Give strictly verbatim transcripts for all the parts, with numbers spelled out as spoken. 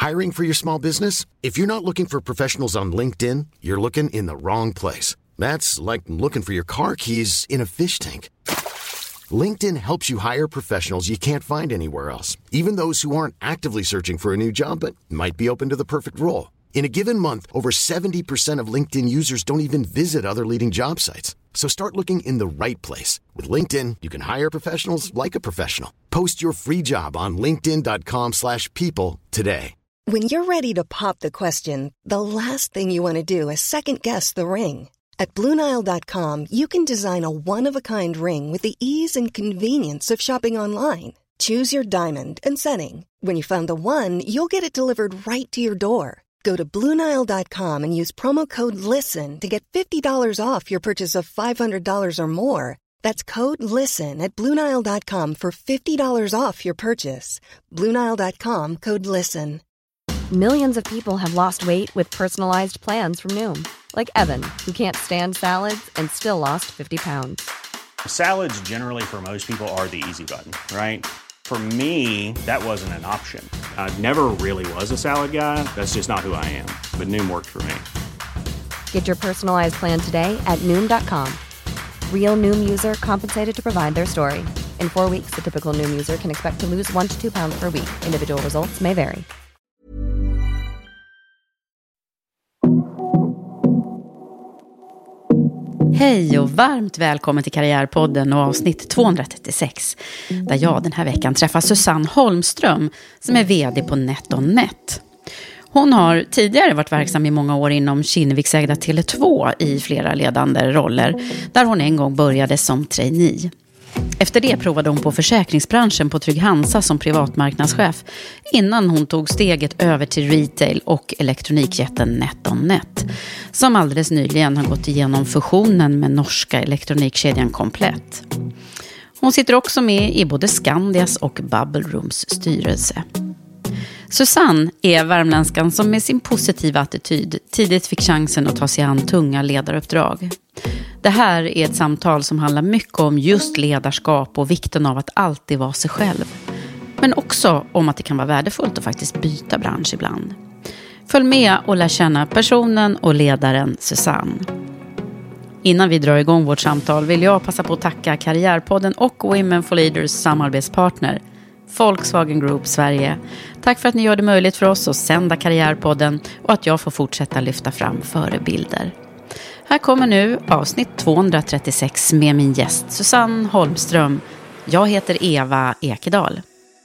Hiring for your small business? If you're not looking for professionals on LinkedIn, you're looking in the wrong place. That's like looking for your car keys in a fish tank. LinkedIn helps you hire professionals you can't find anywhere else, even those who aren't actively searching for a new job but might be open to the perfect role. In a given month, over seventy percent of LinkedIn users don't even visit other leading job sites. So start looking in the right place. With LinkedIn, you can hire professionals like a professional. Post your free job on linkedin dot com slash people today. When you're ready to pop the question, the last thing you want to do is second-guess the ring. At Blue Nile dot com, you can design a one-of-a-kind ring with the ease and convenience of shopping online. Choose your diamond and setting. When you find the one, you'll get it delivered right to your door. Go to Blue Nile dot com and use promo code LISTEN to get fifty dollars off your purchase of five hundred dollars or more. That's code LISTEN at Blue Nile dot com for fifty dollars off your purchase. Blue Nile dot com, code LISTEN. Millions of people have lost weight with personalized plans from Noom. Like Evan, who can't stand salads and still lost fifty pounds. Salads generally for most people are the easy button, right? For me, that wasn't an option. I never really was a salad guy. That's just not who I am. But Noom worked for me. Get your personalized plan today at Noom dot com. Real Noom user compensated to provide their story. In four weeks, the typical Noom user can expect to lose one to two pounds per week. Individual results may vary. Hej och varmt välkommen till Karriärpodden och avsnitt tvåhundratrettiosex, där jag den här veckan träffar Susanne Holmström som är vd på NetOnNet. Hon har tidigare varit verksam i många år inom Kinneviksägda Tele två i flera ledande roller, där hon en gång började som trainee. Efter det provade hon på försäkringsbranschen på Trygg Hansa som privatmarknadschef innan hon tog steget över till retail och elektronikjätten NetOnNet, som alldeles nyligen har gått igenom fusionen med norska elektronikkedjan Komplett. Hon sitter också med i både Skandias och Bubble Rooms styrelse. Susanne är värmländskan som med sin positiva attityd tidigt fick chansen att ta sig an tunga ledaruppdrag. Det här är ett samtal som handlar mycket om just ledarskap och vikten av att alltid vara sig själv. Men också om att det kan vara värdefullt att faktiskt byta bransch ibland. Följ med och lär känna personen och ledaren Susanne. Innan vi drar igång vårt samtal vill jag passa på att tacka Karriärpodden och Women for Leaders samarbetspartner Volkswagen Group Sverige. Tack för att ni gör det möjligt för oss att sända Karriärpodden och att jag får fortsätta lyfta fram förebilder. Här kommer nu avsnitt tvåhundratrettiosex med min gäst Susanne Holmström. Jag heter Eva Ekedal.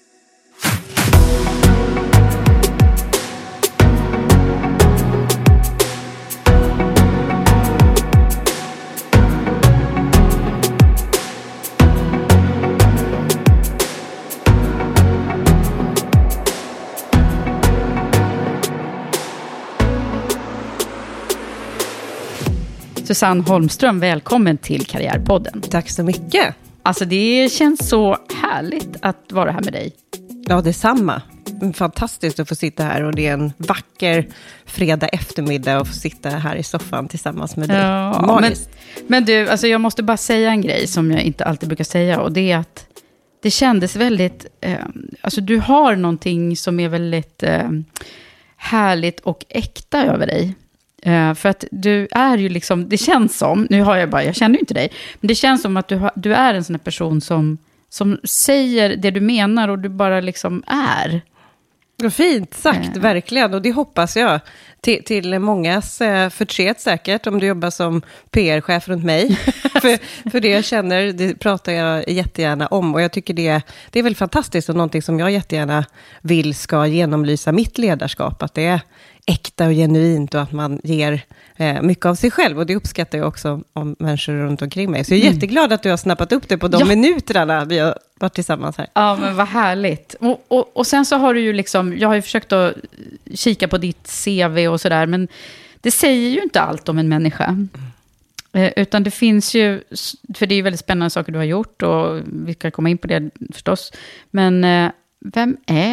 Susanne Holmström, välkommen till Karriärpodden. Tack så mycket. Alltså det känns så härligt att vara här med dig. Ja, detsamma. Fantastiskt att få sitta här och det är en vacker fredag eftermiddag och få sitta här i soffan tillsammans med dig. Ja, men, men du, alltså jag måste bara säga en grej som jag inte alltid brukar säga, och det är att det kändes väldigt, eh, alltså du har någonting som är väldigt eh, härligt och äkta över dig. Uh, för att du är ju liksom, det känns som, nu har jag bara, jag känner ju inte dig, men det känns som att du, har, du är en sån här person som, som säger det du menar och du bara liksom är. Fint sagt, uh. verkligen, och det hoppas jag till, till mångas uh, förtret säkert om du jobbar som P R-chef runt mig. för, för det jag känner, det pratar jag jättegärna om, och jag tycker det, det är väl fantastiskt och någonting som jag jättegärna vill ska genomlysa mitt ledarskap, att det är äkta och genuint och att man ger eh, mycket av sig själv, och det uppskattar jag också om människor runt omkring mig. Så jag är mm. jätteglad att du har snappat upp det på de ja. minuterna vi har varit tillsammans här. Ja, men vad härligt. Och, och, och sen så har du ju liksom, jag har ju försökt att kika på ditt C V och sådär, men det säger ju inte allt om en människa. Mm. Eh, utan det finns ju, för det är ju väldigt spännande saker du har gjort och vi ska komma in på det förstås. Men eh, vem är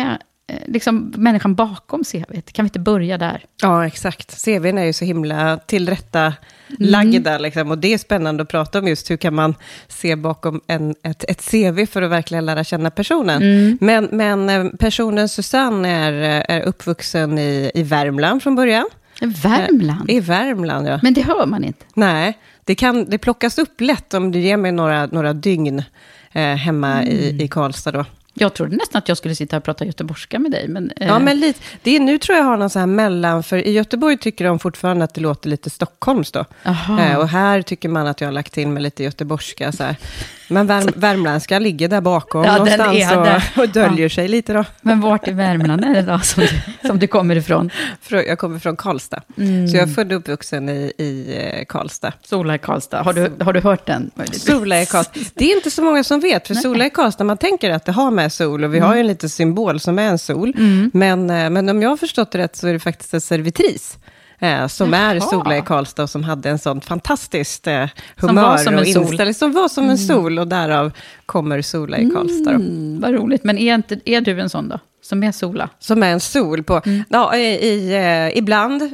liksom människan bakom C V:t? Kan vi inte börja där? Ja, exakt. C V:n är ju så himla tillrätta lagda. Mm. Liksom, och det är spännande att prata om just hur kan man se bakom en, ett, ett C V för att verkligen lära känna personen. Mm. Men, men personen Susanne är, är uppvuxen i, i Värmland från början. Värmland? I Värmland, ja. Men det hör man inte. Nej, det, kan, det plockas upp lätt om du ger mig några, några dygn eh, hemma mm. i, i Karlstad då. Jag trodde nästan att jag skulle sitta och prata göteborgska med dig. Men, eh. Ja, men lite, det är, nu tror jag har någon så här mellan, för i Göteborg tycker de fortfarande att det låter lite Stockholms då. Eh, och här tycker man att jag har lagt till med lite göteborgska så här. Men värm, värmländska ligger där bakom ja, någonstans och, och döljer ja. sig lite då. Men vart i Värmland är det då som du, som du kommer ifrån? Jag kommer från Karlstad. Mm. Så jag är född och uppvuxen i, i Karlstad. Sola i Karlstad. Har du, har du hört den? Sola i Karlstad. Det är inte så många som vet, för Nej. Sola i Karlstad, man tänker att det har med sol, och vi mm. har ju en liten symbol som är en sol. Mm. Men, men om jag har förstått det rätt så är det faktiskt en servitris. Eh, som Jaha. är Sola i Karlstad och som hade en sån fantastiskt eh, humör som och inställning som var som en sol, och därav kommer Sola i Karlstad. Mm, vad roligt, men är, inte, är du en sån då? Som är sola? Som är en sol på, mm. ja, i, i, eh, ibland,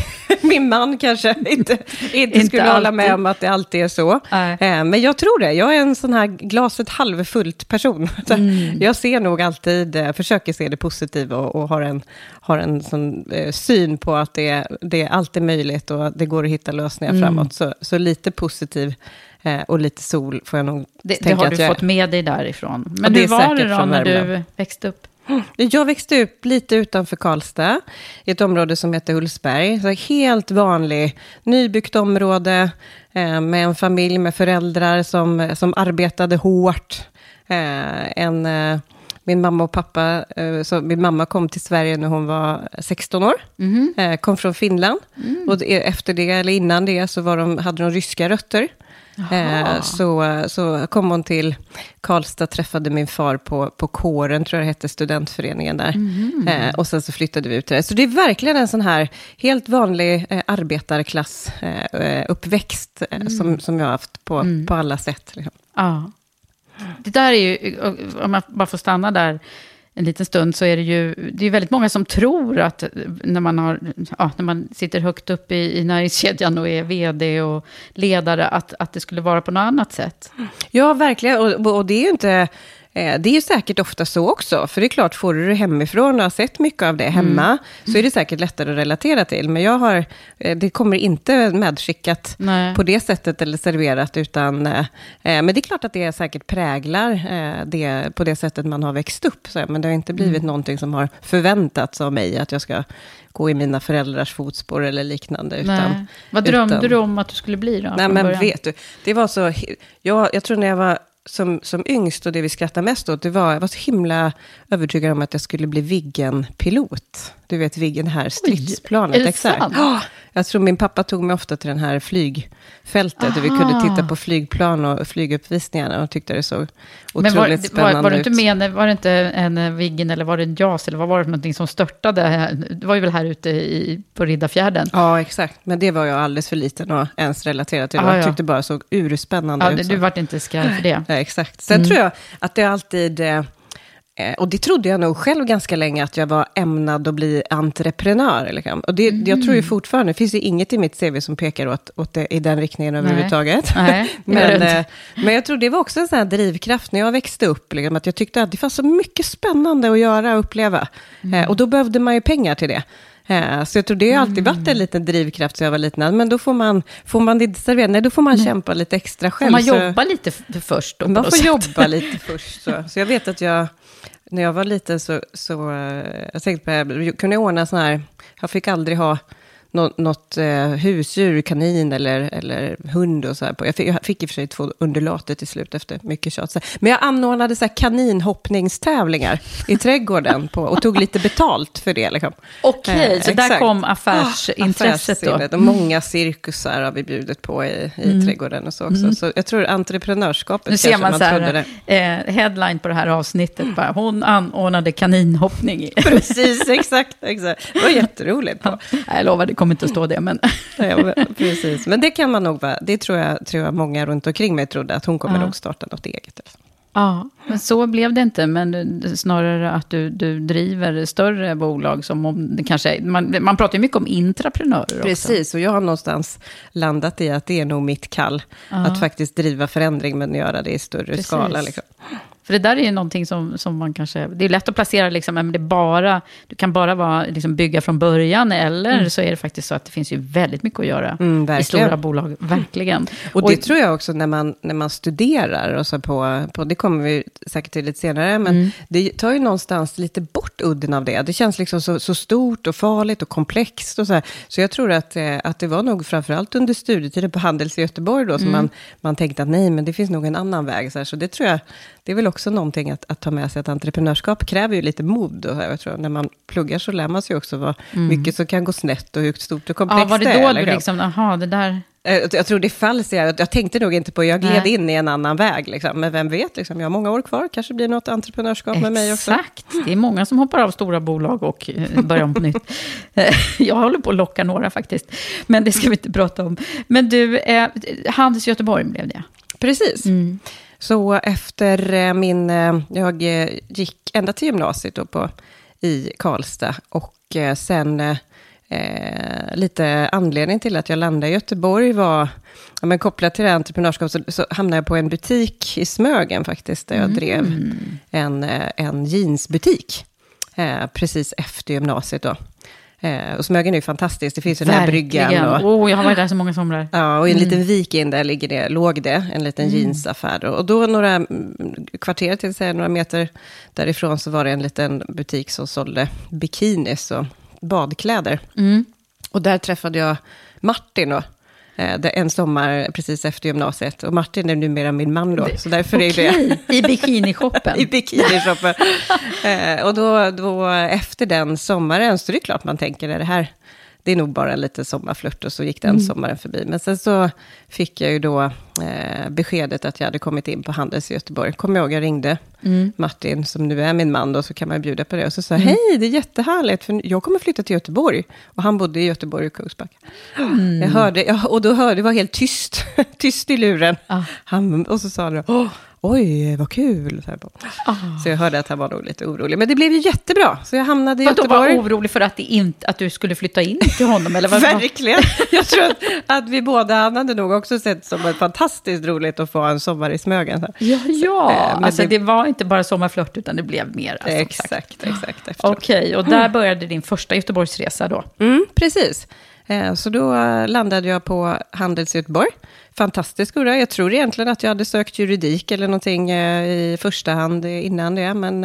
min man kanske inte, inte, inte skulle alltid. hålla med om att det alltid är så. Eh, men jag tror det, jag är en sån här glaset halvfullt person. Mm. Jag ser nog alltid, eh, försöker se det positiva och, och har en, har en sån eh, syn på att det, det är alltid möjligt och det går att hitta lösningar mm. framåt. Så, så lite positiv eh, och lite sol får jag nog det, tänka det har att du jag fått med dig därifrån. Men hur var det då när du växte upp? Jag växte upp lite utanför Karlstad i ett område som heter Hultsberg. Så helt vanlig, nybyggt område eh, med en familj med föräldrar som, som arbetade hårt. Eh, en, eh, min mamma och pappa, eh, så min mamma kom till Sverige när hon var sexton år. Mm. Eh, kom från Finland. Mm. Och efter det, eller innan det, så var de, hade de ryska rötter. Eh, så, så kom hon till Karlstad, träffade min far på, på kåren, tror jag det hette, studentföreningen där. Mm. Eh, och sen så flyttade vi ut till det. Så det är verkligen en sån här helt vanlig eh, arbetarklass eh, uppväxt eh, mm. som, som jag har haft på, mm. på alla sätt. Liksom. Ja. Det där är ju, om man bara får stanna där en liten stund, så är det ju det är väldigt många som tror att när man, har, ja, när man sitter högt upp i, i näringskedjan och är vd och ledare, att, att det skulle vara på något annat sätt. Ja, verkligen. Och, och det är ju inte... Det är ju säkert ofta så också, för det är klart, får du det hemifrån och har sett mycket av det hemma, mm. så är det säkert lättare att relatera till. Men jag har, det kommer inte medskickat Nej. på det sättet eller serverat, utan, eh, men det är klart att det säkert präglar eh, det på det sättet man har växt upp. Så, men det har inte blivit mm. någonting som har förväntats av mig, att jag ska gå i mina föräldrars fotspår eller liknande. Utan, Vad drömde utan, du om att du skulle bli då? Nej, men början? Vet du, det var så, jag, jag tror när jag var Som, som yngst, och det vi skrattar mest åt, det var, jag var så himla övertygad om att jag skulle bli Viggen-pilot. Du vet, Viggen här, stridsplanet. Oj, är det exakt. sant? Oh, jag tror min pappa tog mig ofta till den här flygfältet, där vi kunde titta på flygplan och flyguppvisningarna, och tyckte det så otroligt var, spännande var, var du inte ut. med, var det inte en Viggen, eller var det en JAS, eller vad var det för någonting som störtade? Det var ju väl här ute i, på Riddarfjärden. Ja, exakt. Men det var jag alldeles för liten och ens relaterad till. Ah, jag tyckte ja. bara så urspännande ja, ut. Det, du vart inte skraj för det. Ja, exakt. Sen mm. tror jag att det alltid... Eh, och det trodde jag nog själv ganska länge, att jag var ämnad att bli entreprenör. Liksom. Och det, mm. jag tror ju fortfarande, det finns ju inget i mitt C V som pekar åt, åt det, i den riktningen överhuvudtaget. Nej, men, eh, men jag tror det var också en sån här drivkraft när jag växte upp. Liksom, att jag tyckte att det fanns så mycket spännande att göra och uppleva. Mm. Eh, och då behövde man ju pengar till det. Eh, så jag tror det har alltid varit en liten drivkraft så jag var liten. Men då får man, får man det serverat, nej, då får man mm. kämpa lite extra själv. Får man så, jobba lite f- först? Då, man får sätt. jobba lite först. Så. så jag vet att jag... När jag var liten så, så jag tänkte på det, jag kunde ordna sån här, jag fick aldrig ha något, något eh, husdjur, kanin eller, eller hund och så här på. Jag fick, jag fick i och för sig två underlater till slut efter mycket tjat. Men jag anordnade så här kaninhoppningstävlingar i trädgården på, och tog lite betalt för det. Liksom. Okej, okay, eh, så exakt. Där kom affärsintresset oh, då. Och många cirkusar har vi bjudit på i, i mm. trädgården och så också. Mm. Så jag tror entreprenörskapet nu ser man, man så här, eh, headline på det här avsnittet. Bara, hon anordnade kaninhoppning. Precis, exakt, exakt. Det var jätteroligt. På. Ja, jag lovar, det kommer inte att stå det. Men... ja, precis, men det kan man nog vara. Det tror jag, tror jag många runt omkring mig trodde, att hon kommer ja. nog starta något eget. Ja, men så blev det inte. Men snarare att du, du driver större bolag som om det kanske är, man, man pratar ju mycket om intraprenörer. Precis, också. och jag har någonstans landat i att det är nog mitt kall. Ja. Att faktiskt driva förändring men göra det i större Precis. skala. Liksom. För det där är ju någonting som, som man kanske... Det är lätt att placera liksom, men det är bara... Du kan bara vara, liksom, bygga från början, eller mm. så är det faktiskt så att det finns ju väldigt mycket att göra mm, i stora bolag. Verkligen. Och det och, tror jag också när man, när man studerar, och så på, på, det kommer vi säkert till lite senare, men mm. det tar ju någonstans lite bort udden av det. Det känns liksom så, så stort och farligt och komplext och så här. Så jag tror att, att det var nog framförallt under studietiden på Handels i Göteborg då, som mm. man, man tänkte att nej, men det finns nog en annan väg. Så, här. Så det tror jag, det är väl också någonting att, att ta med sig, att entreprenörskap kräver ju lite mod. Och jag tror när man pluggar så lär man sig också vad mm. mycket som kan gå snett och hur stort och komplext det är. Ja, var det då är, du liksom, aha, det där... Jag tror det falls, jag, jag tänkte nog inte på, jag gled Nej. in i en annan väg. Liksom. Men vem vet, liksom, jag har många år kvar, kanske blir något entreprenörskap Exakt. med mig också. Exakt, det är många som hoppar av stora bolag och börjar om på nytt. Jag håller på att locka några faktiskt, men det ska vi inte prata om. Men du, eh, Handels Göteborg blev det. Precis. Mm. Så efter min, jag gick ända till gymnasiet då på, i Karlstad, och sen eh, lite anledning till att jag landade i Göteborg var, ja, men kopplat till det entreprenörskap, så, så hamnade jag på en butik i Smögen faktiskt, där jag mm. drev en, en jeansbutik eh, precis efter gymnasiet då. Eh, och Smögen är ju fantastiskt. Det finns ju den här bryggan. Och, oh, jag har varit där så många somrar. Ja, och i en mm. liten vik in där ligger det, låg det en liten mm. jeansaffär. Och då några kvarter, till säga, några meter därifrån, så var det en liten butik som sålde bikinis och badkläder. Mm. Och där träffade jag Martin då. En sommar precis efter gymnasiet. Och Martin är numera min man då. Så därför är det... I bikinishoppen. I bikinishoppen. Och då, då efter den sommaren så är det klart man tänker, är det här... Det är nog bara en liten sommarflört, och så gick den mm. sommaren förbi. Men sen så fick jag ju då eh, beskedet att jag hade kommit in på Handels i Göteborg. Kommer jag ihåg, jag ringde mm. Martin, som nu är min man då, så kan man bjuda på det. Och så sa mm. hej, det är jättehärligt, för jag kommer flytta till Göteborg. Och han bodde i Göteborg och Kungsbacka. Mm. Jag hörde, jag, och då hörde, det var helt tyst, tyst i luren. Ah. Han, och så sa han, åh, oj, vad kul. Så, här ah. så jag hörde att han var nog lite orolig. Men det blev ju jättebra. Så jag hamnade i Göteborg. Var orolig för att, det inte, att du skulle flytta in till honom? Eller vad? Verkligen. Jag tror att, att vi båda hade nog också sett som ett fantastiskt roligt att få en sommar i Smögen. Så. Ja, ja. Så, äh, alltså det, det var inte bara sommarflört, utan det blev mer. Alltså, exakt, exakt. Okej, okay, och där började din första Göteborgsresa då? Mm, precis. Så då landade jag på Handels i Göteborg. Fantastisk skola. Jag tror egentligen att jag hade sökt juridik eller någonting i första hand innan det. Men,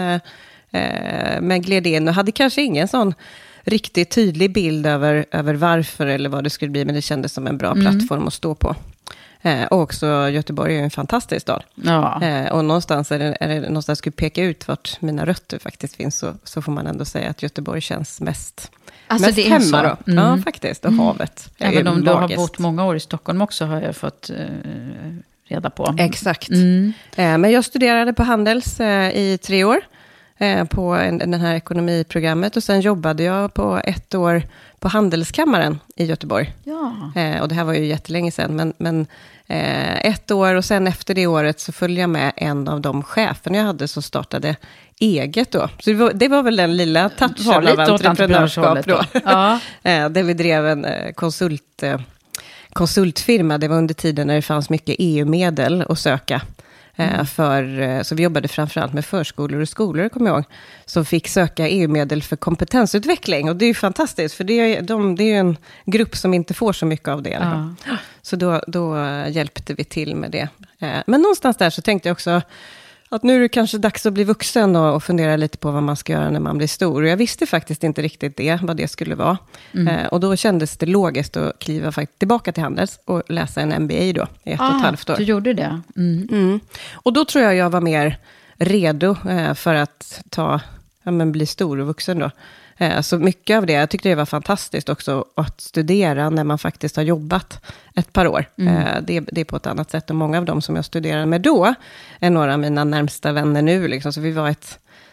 men gled in och hade kanske ingen sån riktigt tydlig bild över, över varför eller vad det skulle bli. Men det kändes som en bra mm. plattform att stå på. Och också Göteborg är en fantastisk stad. Ja. Och någonstans är det, är det någonstans skulle peka ut vart mina rötter faktiskt finns. Så, så får man ändå säga att Göteborg känns mest... Alltså mest det är hemma så. Då. Mm. Ja, faktiskt. Och mm. havet. Även om du har bott många år i Stockholm också, har jag fått eh, reda på. Exakt. Mm. Eh, men jag studerade på Handels eh, i tre år. Eh, på en, den här ekonomiprogrammet. Och sen jobbade jag på ett år på Handelskammaren i Göteborg. Ja. Eh, och det här var ju jättelänge sedan. Men, men eh, ett år, och sen efter det året så följde jag med en av de cheferna jag hade som startade eget då. Så det var, det var väl den lilla touchen av entreprenörskap då. då. Ja. eh, där vi drev en eh, konsult, eh, konsultfirma. Det var under tiden när det fanns mycket E U-medel att söka. Mm. För, så vi jobbade framförallt med förskolor och skolor, kommer jag ihåg, som fick söka E U-medel för kompetensutveckling. Och det är ju fantastiskt, för det är, de, det är ju en grupp som inte får så mycket av det. Ja. Så då, då hjälpte vi till med det. Men någonstans där så tänkte jag också att nu är det kanske dags att bli vuxen och, och fundera lite på vad man ska göra när man blir stor. Och jag visste faktiskt inte riktigt det, vad det skulle vara. Mm. Eh, och då kändes det logiskt att kliva faktiskt tillbaka till Handels och läsa en M B A då, i ett ah, och ett halvt år. Du gjorde det? Mm. Mm. Och då tror jag jag var mer redo eh, för att ta, ja, men bli stor och vuxen då. Eh, så mycket av det, jag tyckte det var fantastiskt också att studera när man faktiskt har jobbat ett par år. Mm. Eh, det, det är på ett annat sätt, och många av dem som jag studerade med då är några av mina närmsta vänner nu. Liksom. Så vi var ett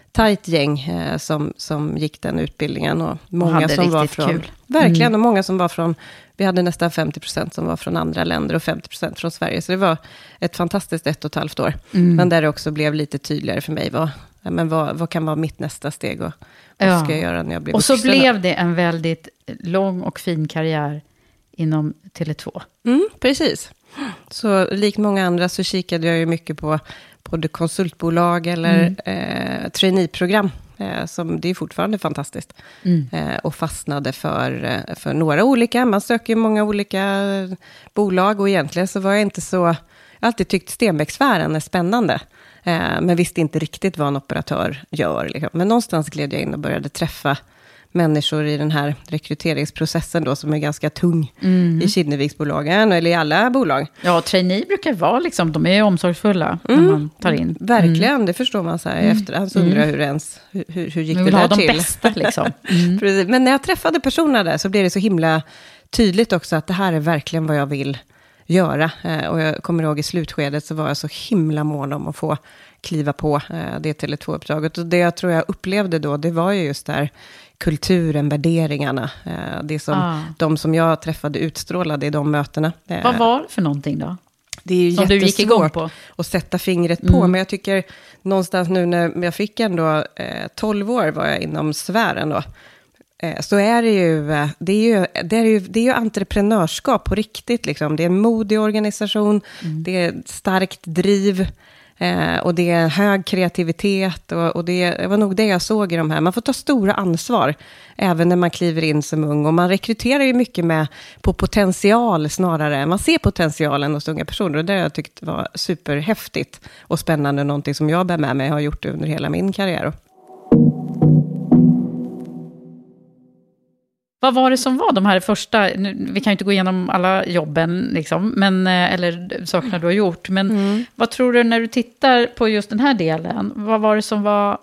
tajt gäng eh, som, som gick den utbildningen. Och många och som var från... Kul. Verkligen, Mm. och många som var från... Vi hade nästan femtio procent som var från andra länder och femtio procent från Sverige. Så det var ett fantastiskt ett och ett halvt år. Mm. Men där det också blev lite tydligare för mig. Vad, men vad, vad kan vara mitt nästa steg och vad ja. ska jag göra när jag blir Och vuxen? så blev det en väldigt lång och fin karriär inom Tele två. Mm, precis. Så likt många andra så kikade jag ju mycket på både konsultbolag eller mm. eh, traineeprogram. Eh, som det är fortfarande fantastiskt. Mm. Eh, och fastnade för, för några olika. Man söker ju många olika bolag. Och egentligen så var jag inte så... Jag har alltid tyckt Stenbecksfären är spännande. Eh, men visste inte riktigt vad en operatör gör. Liksom. Men någonstans gled jag in och började träffa människor i den här rekryteringsprocessen då, som är ganska tung mm. i Kinneviksbolagen eller i alla bolag. Ja, trainee brukar vara liksom, de är omsorgsfulla mm. när man tar in. Verkligen, mm. det förstår man så här i efterhand. Så undrar jag hur, ens, hur, hur gick det där ha till? De bästa liksom. Mm. Precis. Men när jag träffade personer där så blev det så himla tydligt också att det här är verkligen vad jag vill göra. Eh, och jag kommer ihåg i slutskedet så var jag så himla mån om att få kliva på eh, det Tele två-uppdraget. Och det jag tror jag upplevde då, det var ju just där kulturen, värderingarna. Eh, det som ah. de som jag träffade utstrålade i de mötena. Eh, Vad var det för någonting då? Det är ju som du gick igång på att sätta fingret på. Mm. Men jag tycker någonstans nu när jag fick ändå eh, tolv år var jag inom sfären då. Eh, så är det ju, det är ju, det är ju, det är ju entreprenörskap på riktigt liksom. Det är en modig organisation, mm. det är starkt driv. Eh, och det är hög kreativitet och, och det, det var nog det jag såg i de här. Man får ta stora ansvar även när man kliver in som ung. Och man rekryterar ju mycket med på potential snarare. Man ser potentialen hos unga personer och det har jag tyckt var superhäftigt och spännande. Någonting som jag bär med mig och har gjort under hela min karriär. Vad var det som var de här första, nu, vi kan ju inte gå igenom alla jobben liksom, men, eller sakerna du har gjort, men mm. vad tror du när du tittar på just den här delen, vad var det som var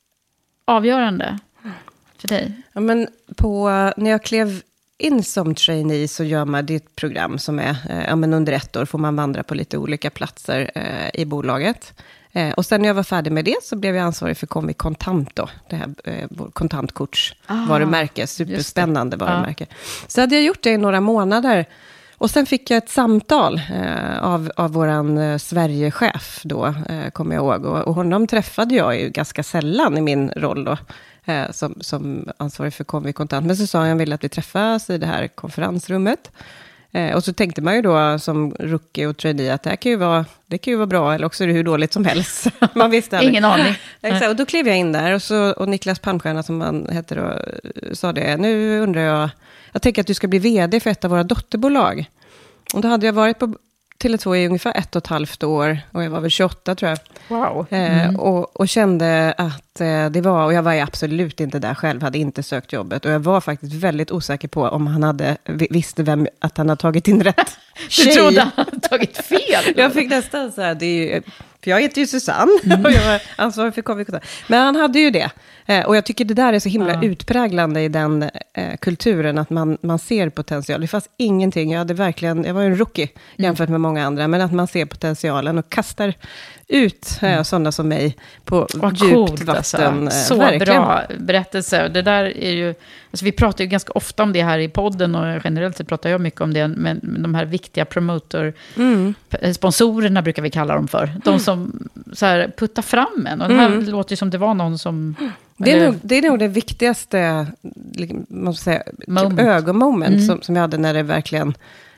avgörande för dig? Ja, men på, när jag klev in som trainee så gör man det ett program som är, eh, ja, men under ett år får man vandra på lite olika platser eh, i bolaget. Eh, och sen när jag var färdig med det så blev jag ansvarig för Comviq Kontant då. Det här eh, kontantkorts ah, varumärke, superspännande varumärke. Ah. Så hade jag gjort det i några månader. Och sen fick jag ett samtal eh, av, av våran eh, Sverigechef då, eh, kommer jag ihåg. Och, och honom träffade jag ju ganska sällan i min roll då. Eh, som, som ansvarig för Comviq Kontant. Men så sa han, jag vill att vi träffas i det här konferensrummet. Eh, och så tänkte man ju då som rookie och trainee att det här kan ju vara, det kan ju vara bra eller också är det hur dåligt som helst. Man visste aldrig. Ingen aning. Exakt, och då klev jag in där och, så, och Niklas Palmstierna som han heter då, sa det. Nu undrar jag, jag tänker att du ska bli vd för ett av våra dotterbolag. Och då hade jag varit på Tele två i ungefär ett och ett halvt år. Och jag var väl tjugoåtta tror jag. Wow. Mm. Eh, och, och kände att eh, det var, och jag var ju absolut inte där själv, hade inte sökt jobbet. Och jag var faktiskt väldigt osäker på om han hade, visste vem, att han hade tagit in rätt tjej. Du trodde han hade tagit fel? Jag fick nästan så här, det är ju, för jag heter ju Susanne mm. och jag var ansvarig för Comviq. Men han hade ju det. Eh, och jag tycker det där är så himla ja. utpräglande i den eh, kulturen, att man, man ser potential. Det fanns ingenting, jag hade verkligen, jag var en rookie jämfört med många andra, men att man ser potentialen och kastar ut eh, mm. sådana som mig på Vad djupt coolt, vatten. Alltså. Så verkligen. Bra berättelse. Det där är ju, alltså vi pratar ju ganska ofta om det här i podden och generellt så pratar jag mycket om det, men de här viktiga promotor, mm. sponsorerna brukar vi kalla dem för. De som så här, puttar fram en. Och det här mm. låter ju som det var någon som... Det är, nog, det är nog det viktigaste man ska säga, typ ögonmoment mm. som, som jag hade när det verkligen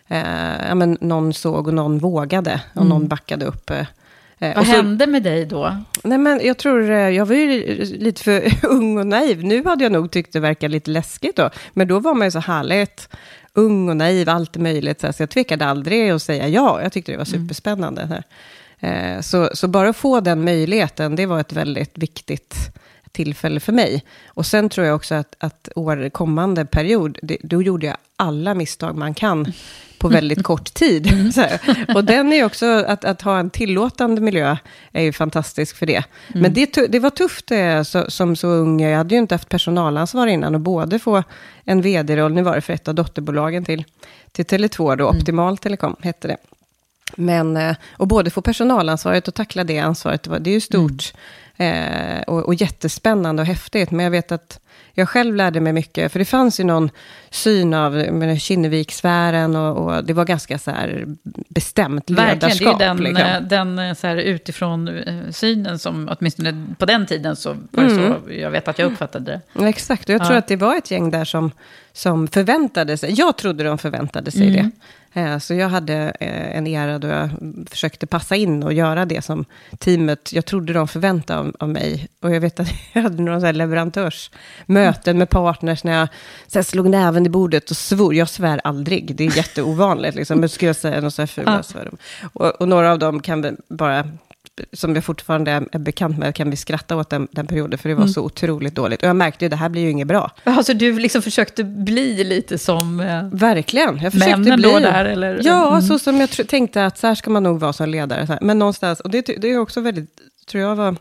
eh, ja, men någon såg och någon vågade och mm. någon backade upp. Eh, Vad och så, hände med dig då? Nej, men jag tror, jag var ju lite för ung och naiv. Nu hade jag nog tyckt det verkade lite läskigt då. Men då var man ju så härligt ung och naiv, allt möjligt. Så jag tvekade aldrig att säga ja. Jag tyckte det var superspännande. Mm. Eh, så, så bara att få den möjligheten, det var ett väldigt viktigt tillfälle för mig. Och sen tror jag också att, att år kommande period, det, då gjorde jag alla misstag man kan på väldigt kort tid. Så här. Och den är också, att, att ha en tillåtande miljö är ju fantastisk för det. Mm. Men det, det var tufft det, så, som så ung. Jag hade ju inte haft personalansvar innan och både få en vd-roll, nu var det för ett av dotterbolagen till, till Tele två då, mm. Optimal Telekom hette det. Men, och både få personalansvaret och tackla det ansvaret, det är ju stort. Eh, och, och jättespännande och häftigt. Men jag vet att jag själv lärde mig mycket. För det fanns ju någon syn av med Kinnevikssfären. Och, och det var ganska så här bestämt ledarskap. Verkligen, det är den, liksom. den så här utifrån synen som åtminstone på den tiden så var det mm. så. Jag vet att jag uppfattade det. Ja, exakt, och jag ja. tror att det var ett gäng där som, som förväntade sig. Jag trodde de förväntade sig mm. det. Så jag hade en era då jag försökte passa in och göra det som teamet, jag trodde de förväntade av, av mig. Och jag vet att jag hade några så här leverantörsmöten med partners när jag så här slog näven i bordet och svor. Jag svär aldrig, det är jätteovanligt. Liksom. Men skulle jag säga något så här fula svär. Och, och några av dem kan vi bara, som jag fortfarande är bekant med, kan vi skratta åt den, den perioden, för det var mm. så otroligt dåligt. Och jag märkte ju, det här blir ju inget bra. Alltså du liksom försökte bli lite som eh, verkligen, jag försökte männen bli. Då där, eller? Ja, mm. så som jag tr- tänkte att så här ska man nog vara som ledare. Så här. Men någonstans, och det, det är också väldigt, tror jag var,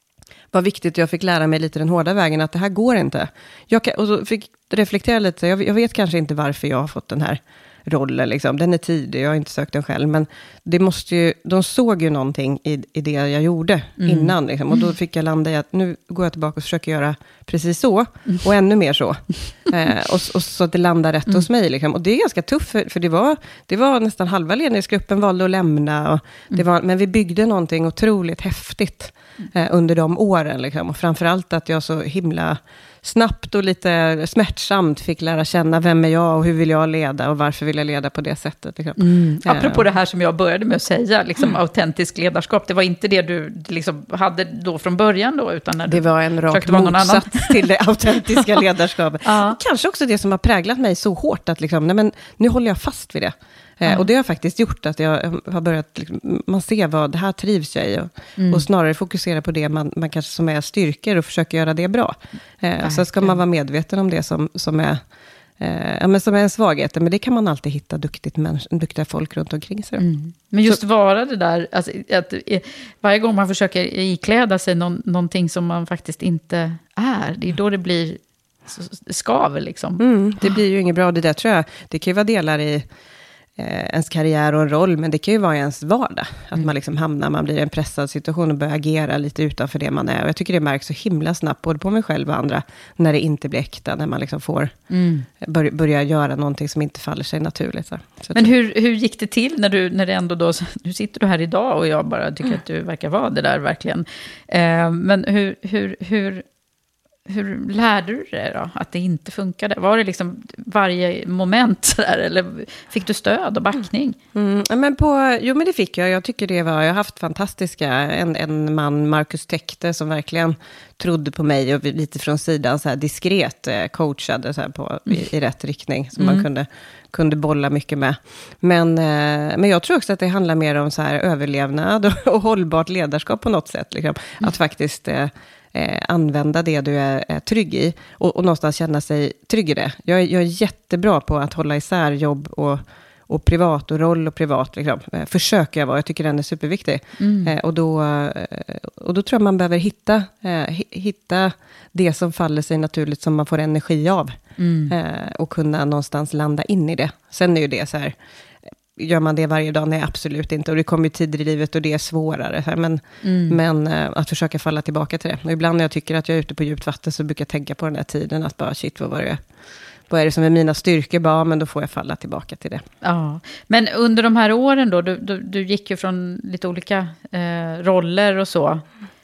var viktigt, jag fick lära mig lite den hårda vägen, att det här går inte. Jag kan, och så fick reflektera lite, jag, jag vet kanske inte varför jag har fått den här rollen, liksom. Den är tidig, jag har inte sökt den själv, men det måste ju, de såg ju någonting i, i det jag gjorde mm. innan, liksom. Och då fick jag landa i att nu går jag tillbaka och försöker göra precis så, och ännu mer så. eh, och, och så att det landar rätt mm. hos mig, liksom. Och det är ganska tufft, för, för det, var, det var nästan halva ledningsgruppen valde att lämna, och det var, men vi byggde någonting otroligt häftigt eh, under de åren, liksom. Och framförallt att jag så himla snabbt och lite smärtsamt fick lära känna vem är jag och hur vill jag leda och varför vill jag leda på det sättet. Liksom. Mm. Apropå det här som jag började med att säga, liksom, mm. autentisk ledarskap, det var inte det du liksom hade då från början då, utan när du det var en rak motsats till det autentiska ledarskapet. Ja. Kanske också det som har präglat mig så hårt att liksom, nej men, nu håller jag fast vid det. Mm. Och det har faktiskt gjort att jag har börjat, liksom, man ser vad det här trivs jag i och, mm. och snarare fokusera på det man, man kanske som är styrkor och försöker göra det bra. Eh, så ska man vara medveten om det som, som, är, eh, ja, men som är en svaghet, men det kan man alltid hitta duktigt mäns- duktiga folk runt omkring sig. Mm. Men just så, vara det där, alltså, att, varje gång man försöker ikläda sig någon, någonting som man faktiskt inte är, det är då det blir skaver liksom. Mm, det blir ju inget bra, det där tror jag, det kan ju vara delar i ens karriär och en roll, men det kan ju vara i ens vardag. Att mm. man liksom hamnar, man blir i en pressad situation och börjar agera lite utanför det man är. Och jag tycker det märks så himla snabbt, både på mig själv och andra, när det inte blir äkta, när man liksom får mm. bör, börja göra någonting som inte faller sig naturligt. Så. Så men hur, hur gick det till när du, när det ändå då, nu sitter du här idag och jag bara tycker mm. att du verkar vara det där verkligen. Eh, men hur, hur, hur Hur lärde du dig då att det inte funkade? Var det liksom varje moment där, eller fick du stöd och backning? Mm, men på, jo men det fick jag. Jag tycker det var, jag har haft fantastiska, en, en man, Marcus Tekte, som verkligen trodde på mig och lite från sidan så här diskret coachade så här på, i, i rätt riktning, som mm. man kunde, kunde bolla mycket med. Men, men jag tror också att det handlar mer om så här överlevnad och, och hållbart ledarskap på något sätt. Liksom. Mm. Att faktiskt Eh, använda det du är, är trygg i och, och någonstans känna sig trygg i det. Jag är, jag är jättebra på att hålla isär jobb och, och privat och roll och privat. Liksom. Eh, försöker jag vara, jag tycker den är superviktig. Mm. Eh, och, då, eh, och då tror jag man behöver hitta, eh, hitta det som faller sig naturligt, som man får energi av. Mm. Eh, och kunna någonstans landa in i det. Sen är ju det så här, gör man det varje dag? Nej, absolut inte. Och det kommer ju tider i livet och det är svårare. Men, mm. men att försöka falla tillbaka till det. Och ibland när jag tycker att jag är ute på djupt vatten, så brukar jag tänka på den här tiden. Att bara, shit, vad var det? Vad är det som är mina styrkor? Bara, men då får jag falla tillbaka till det. Ja, men under de här åren då, du, du, du gick ju från lite olika eh, roller och så.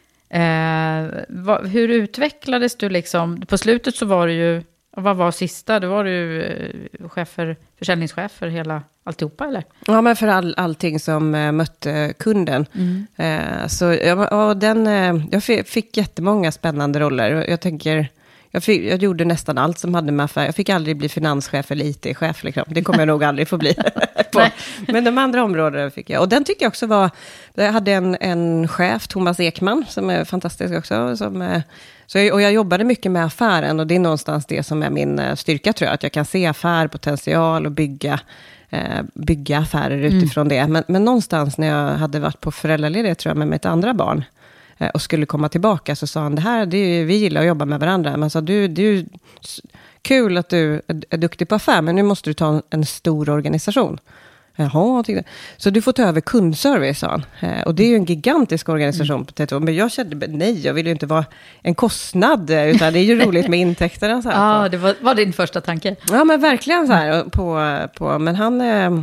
Eh, vad, hur utvecklades du liksom? På slutet så var du ju, vad var sista? Då var du eh, chef för, försäljningschef för hela alltihopa, eller? Ja, men för all, allting som äh, mötte kunden. Mm. Äh, så ja, och den, äh, jag fick, fick jättemånga spännande roller. Jag tänker, jag, fick, jag gjorde nästan allt som hade med affär. Jag fick aldrig bli finanschef eller I T-chef. Liksom. Det kommer jag nog aldrig få bli. på. Men de andra områdena fick jag. Och den tycker jag också var, jag hade en, en chef, Thomas Ekman, som är fantastisk också. Som, äh, så jag, och jag jobbade mycket med affären, och det är någonstans det som är min äh, styrka, tror jag. Att jag kan se affär, potential och bygga bygga affärer utifrån mm. det. Men, men någonstans när jag hade varit på föräldraledighet, tror jag, med mitt andra barn och skulle komma tillbaka, så sa han, det här, det är, vi gillar att jobba med varandra. Men sa, du, det är ju kul att du är, är duktig på affär, men nu måste du ta en, en stor organisation. Jaha, tänkte. Så du får ta över kundservice, sa han. Eh, och det är ju en gigantisk organisation mm. på Teto. Men jag kände, nej, jag vill ju inte vara en kostnad, utan det är ju roligt med intäkterna. Så här, ja, det var, var din första tanke. Ja, men verkligen så här. På, på, men han... Eh,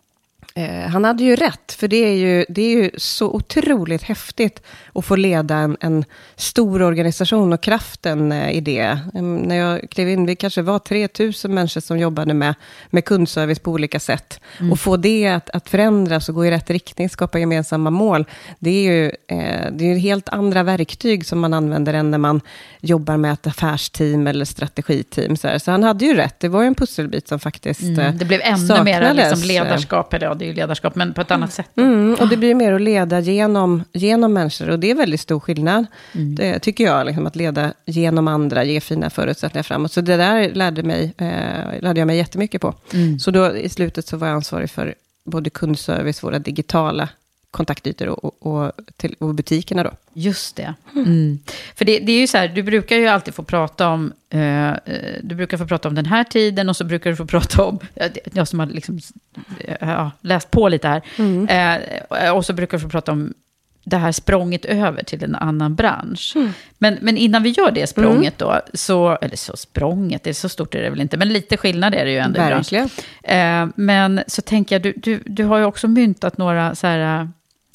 Eh, han hade ju rätt, för det är ju, det är ju så otroligt häftigt att få leda en, en stor organisation och kraften eh, i det. Eh, när jag klev in, vi kanske var tre tusen människor som jobbade med, med kundservice på olika sätt. Mm. Och få det att, att förändras och gå i rätt riktning, skapa gemensamma mål. Det är ju eh, det är ju helt andra verktyg som man använder än när man jobbar med ett affärsteam eller strategiteam. Så, här. Så han hade ju rätt, det var ju en pusselbit som faktiskt mm. eh, Det blev ännu mer liksom ledarskap, eller ja, det är ju ledarskap, men på ett annat sätt. Mm, och det blir mer att leda genom, genom människor, och det är väldigt stor skillnad. Mm. Det tycker jag, liksom, att leda genom andra, ge fina förutsättningar framåt. Så det där lärde, mig, eh, lärde jag mig jättemycket på. Mm. Så då i slutet så var jag ansvarig för både kundservice, våra digitala kontaktytor och, och, till, och butikerna då. Just det. Mm. För det, det är ju så här, du brukar ju alltid få prata om eh, du brukar få prata om den här tiden, och så brukar du få prata om, jag som har liksom, ja, läst på lite här, mm. eh, och så brukar du få prata om det här språnget över till en annan bransch. Mm. Men, men innan vi gör det språnget då, så, eller så språnget, det är så stort är det väl inte, men lite skillnad är det ju ändå. Verkligen. Eh, men så tänker jag, du, du, du har ju också myntat några så här,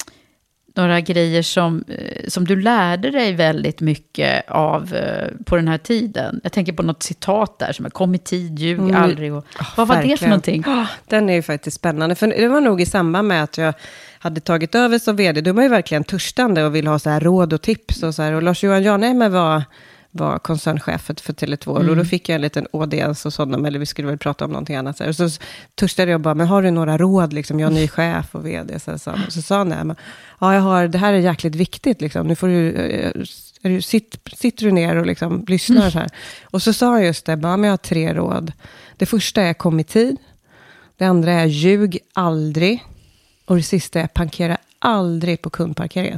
några grejer som, som du lärde dig väldigt mycket av på den här tiden. Jag tänker på något citat där som är kom i tid, ljug mm. aldrig. Och, oh, vad var verkligen. Det för någonting? Oh, den är ju faktiskt spännande. För det var nog i samband med att jag hade tagit över som vd. De var ju verkligen törstande och ville ha så här råd och tips. Och, så här. Och Lars-Johan Jarnheimer var, var koncernchef för Tele två. Mm. Och då fick jag en liten audiens och sådant. Eller vi skulle väl prata om någonting annat. Så, här. Och så törstade jag bara, men har du några råd? Liksom? Jag är ny chef och vd. Så, så, så sa han, nej, men, ja, jag har, det här är jäkligt viktigt. Liksom. Nu får du, är du sitt, sitter du ner och liksom lyssnar mm. så här. Och så sa jag just det, bara, men jag har tre råd. Det första är kom i tid. Det andra är ljug aldrig. Och det sista är parkera aldrig på kundparkeringen.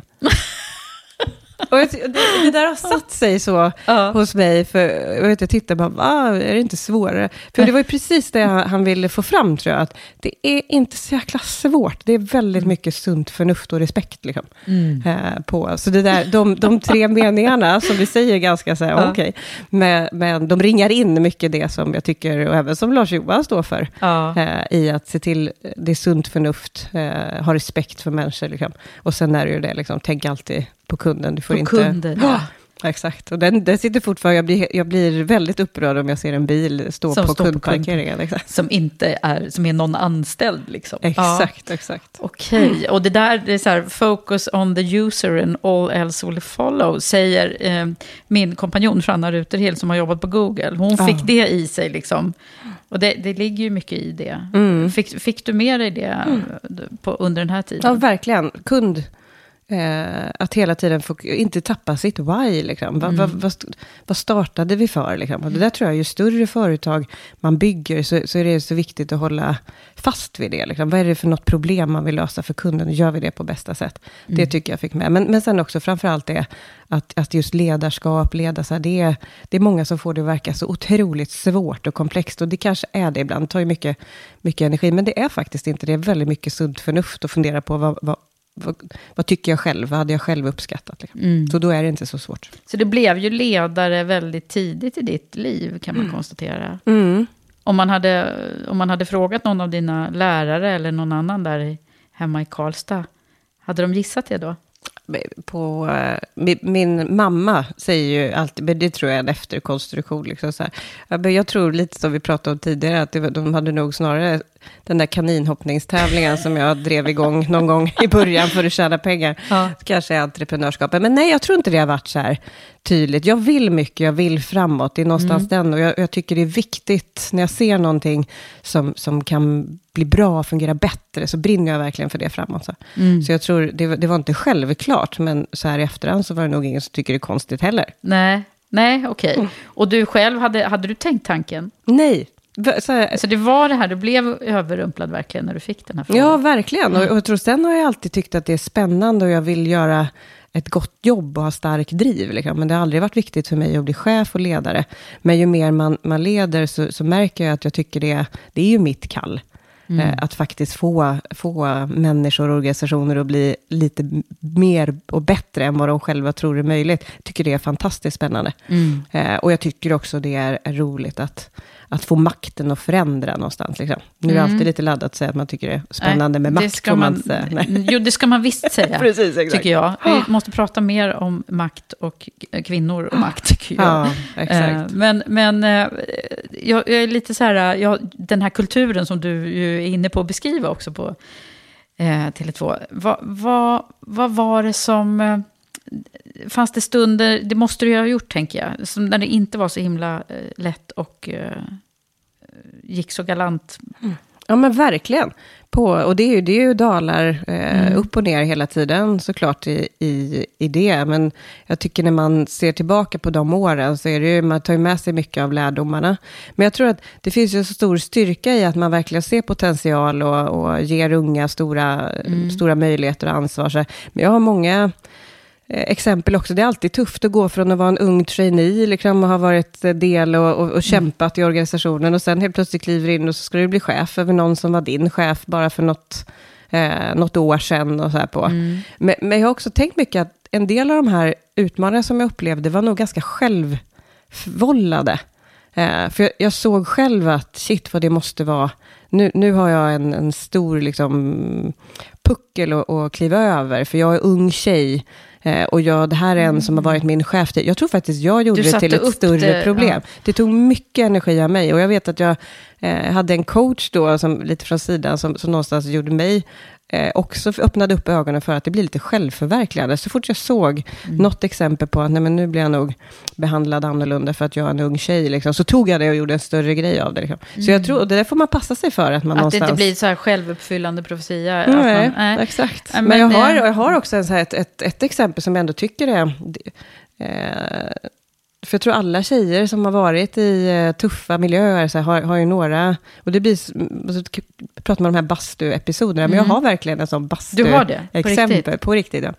Och det, det där har satt sig så ja. hos mig. För jag vet, jag tittar bara, va, är det inte svårare? För det var ju precis det han ville få fram, tror jag. Att det är inte så jäkla svårt. Det är väldigt mm. mycket sunt förnuft och respekt. Liksom, mm. eh, på. Så det där, de, de tre meningarna som vi säger ganska så här, ja. okej. Okay, men, men de ringar in mycket det som jag tycker, och även som Lars-Johan står för. Ja. Eh, I att se till det är sunt förnuft. Eh, ha respekt för människor. Liksom. Och sen är det ju det, liksom, tänk alltid på kunden. Du får på inte... kunden, ja. Ja, exakt. Och den, den sitter fortfarande... Jag blir, jag blir väldigt upprörd om jag ser en bil stå som på kundparkeringen. Kund. Som inte är... Som är någon anställd, liksom. Exakt, ja. exakt. Okej. Okay. Och det där, det är så här... Focus on the user and all else will follow, säger eh, min kompanjon Franna Ruterhill som har jobbat på Google. Hon ja. fick det i sig, liksom. Och det, det ligger ju mycket i det. Mm. Fick, fick du med dig det mm. på, under den här tiden? Ja, verkligen. Kund... Eh, att hela tiden få, inte tappa sitt why. Liksom. Va, mm. va, va, vad startade vi för? Liksom? Och det där tror jag, ju större företag man bygger så, så är det så viktigt att hålla fast vid det. Liksom. Vad är det för något problem man vill lösa för kunden? Gör vi det på bästa sätt? Mm. Det tycker jag fick med. Men, men sen också framförallt det att, att just ledarskap, leda, så här, det, är, det är många som får det att verka så otroligt svårt och komplext. Och det kanske är det ibland. Det tar ju mycket, mycket energi. Men det är faktiskt inte. Det är väldigt mycket sunt förnuft att fundera på vad, vad Vad, vad tycker jag själv? Vad hade jag själv uppskattat? Liksom. Mm. Så då är det inte så svårt. Så det blev ju ledare väldigt tidigt i ditt liv, kan man mm. konstatera. Mm. Om, man hade, om man hade frågat någon av dina lärare eller någon annan där hemma i Karlstad, hade de gissat det då? På, uh, min, min mamma säger ju alltid, men det tror jag är en efterkonstruktion. Liksom, så här. Jag tror lite som vi pratade om tidigare, att det, de hade nog snarare den där kaninhoppningstävlingen som jag drev igång någon gång i början för att tjäna pengar. Ja. Kanske är entreprenörskapet. Men nej, jag tror inte det har varit så här tydligt. Jag vill mycket, jag vill framåt. Det är någonstans mm. den. Och jag, jag tycker det är viktigt när jag ser någonting som, som kan bli bra och fungera bättre, så brinner jag verkligen för det framåt. Så, mm. så jag tror, det, det var inte självklart, men så här i efterhand så var det nog ingen som tycker det är konstigt heller. Nej, nej okej. Okay. Mm. Och du själv, hade, hade du tänkt tanken? Nej. Så, här, så det var det här, du blev överrumplad verkligen när du fick den här frågan? Ja, verkligen. Mm. Och, och jag tror sen har jag alltid tyckt att det är spännande och jag vill göra ett gott jobb och ha stark driv. Liksom. Men det har aldrig varit viktigt för mig att bli chef och ledare. Men ju mer man, man leder så, så märker jag att jag tycker det, det är ju mitt kall. Mm. Att faktiskt få, få människor och organisationer att bli lite mer och bättre än vad de själva tror är möjligt. Jag tycker det är fantastiskt spännande. Mm. Eh, och jag tycker också det är, är roligt att, att få makten att förändra någonstans. Liksom. Nu är det mm. alltid lite laddat att säga att man tycker det är spännande Nej, med makt. Ska man, man jo, det ska man visst säga. Precis, exakt. Tycker jag. Vi måste prata mer om makt och kvinnor och makt, tycker jag. Ja, exakt. Eh, men men eh, jag, jag är lite så här, jag, den här kulturen som du ju är inne på att beskriva också på eh, Tele två. Vad, vad, vad var det som... Eh, fanns det stunder, det måste du ju ha gjort, tänker jag, som när det inte var så himla eh, lätt och eh, gick så galant. Mm. Ja, men verkligen. På, och det är ju, det är ju dalar eh, mm. upp och ner hela tiden, såklart i, i, i det. Men jag tycker när man ser tillbaka på de åren så är det ju, man tar ju med sig mycket av lärdomarna. Men jag tror att det finns ju så stor styrka i att man verkligen ser potential och, och ger unga stora, mm. stora möjligheter och ansvar. Så, men jag har många... exempel också. Det är alltid tufft att gå från att vara en ung trainee liksom, och ha varit del och, och, och kämpat mm. i organisationen och sen helt plötsligt kliver in och så ska du bli chef över någon som var din chef bara för något, eh, något år sedan och så här på. Mm. Men, men jag har också tänkt mycket att en del av de här utmaningarna som jag upplevde var nog ganska självvållade. Eh, för jag, jag såg själv att shit vad det måste vara. Nu, nu har jag en, en stor liksom, puckel att, att kliva över för jag är ung tjej. Eh, och jag, det här är en som har varit min chef. Jag tror faktiskt jag gjorde det till ett större det, problem. Ja. Det tog mycket energi av mig. Och jag vet att jag eh, hade en coach då, som, lite från sidan, som, som någonstans gjorde mig eh, också öppnade upp ögonen för att det blir lite självförverkligande. Så fort jag såg mm. något exempel på att nej, men nu blir jag nog behandlad annorlunda för att jag är en ung tjej. Liksom, så tog jag det och gjorde en större grej av det. Liksom. Mm. Så jag tror, och det där får man passa sig för. Att, man att någonstans... det inte blir så här självuppfyllande profetia. Mm, man, nej, exakt. Men, men jag, det... har, jag har också en, så här, ett, ett, ett exempel som jag ändå tycker är... Eh, för jag tror alla tjejer som har varit i uh, tuffa miljöer så här, har, har ju några... Och det blir... Så pratar man om de här bastu-episoderna. Mm. Men jag har verkligen en sån bastu-exempel. På riktigt? På riktigt, ja.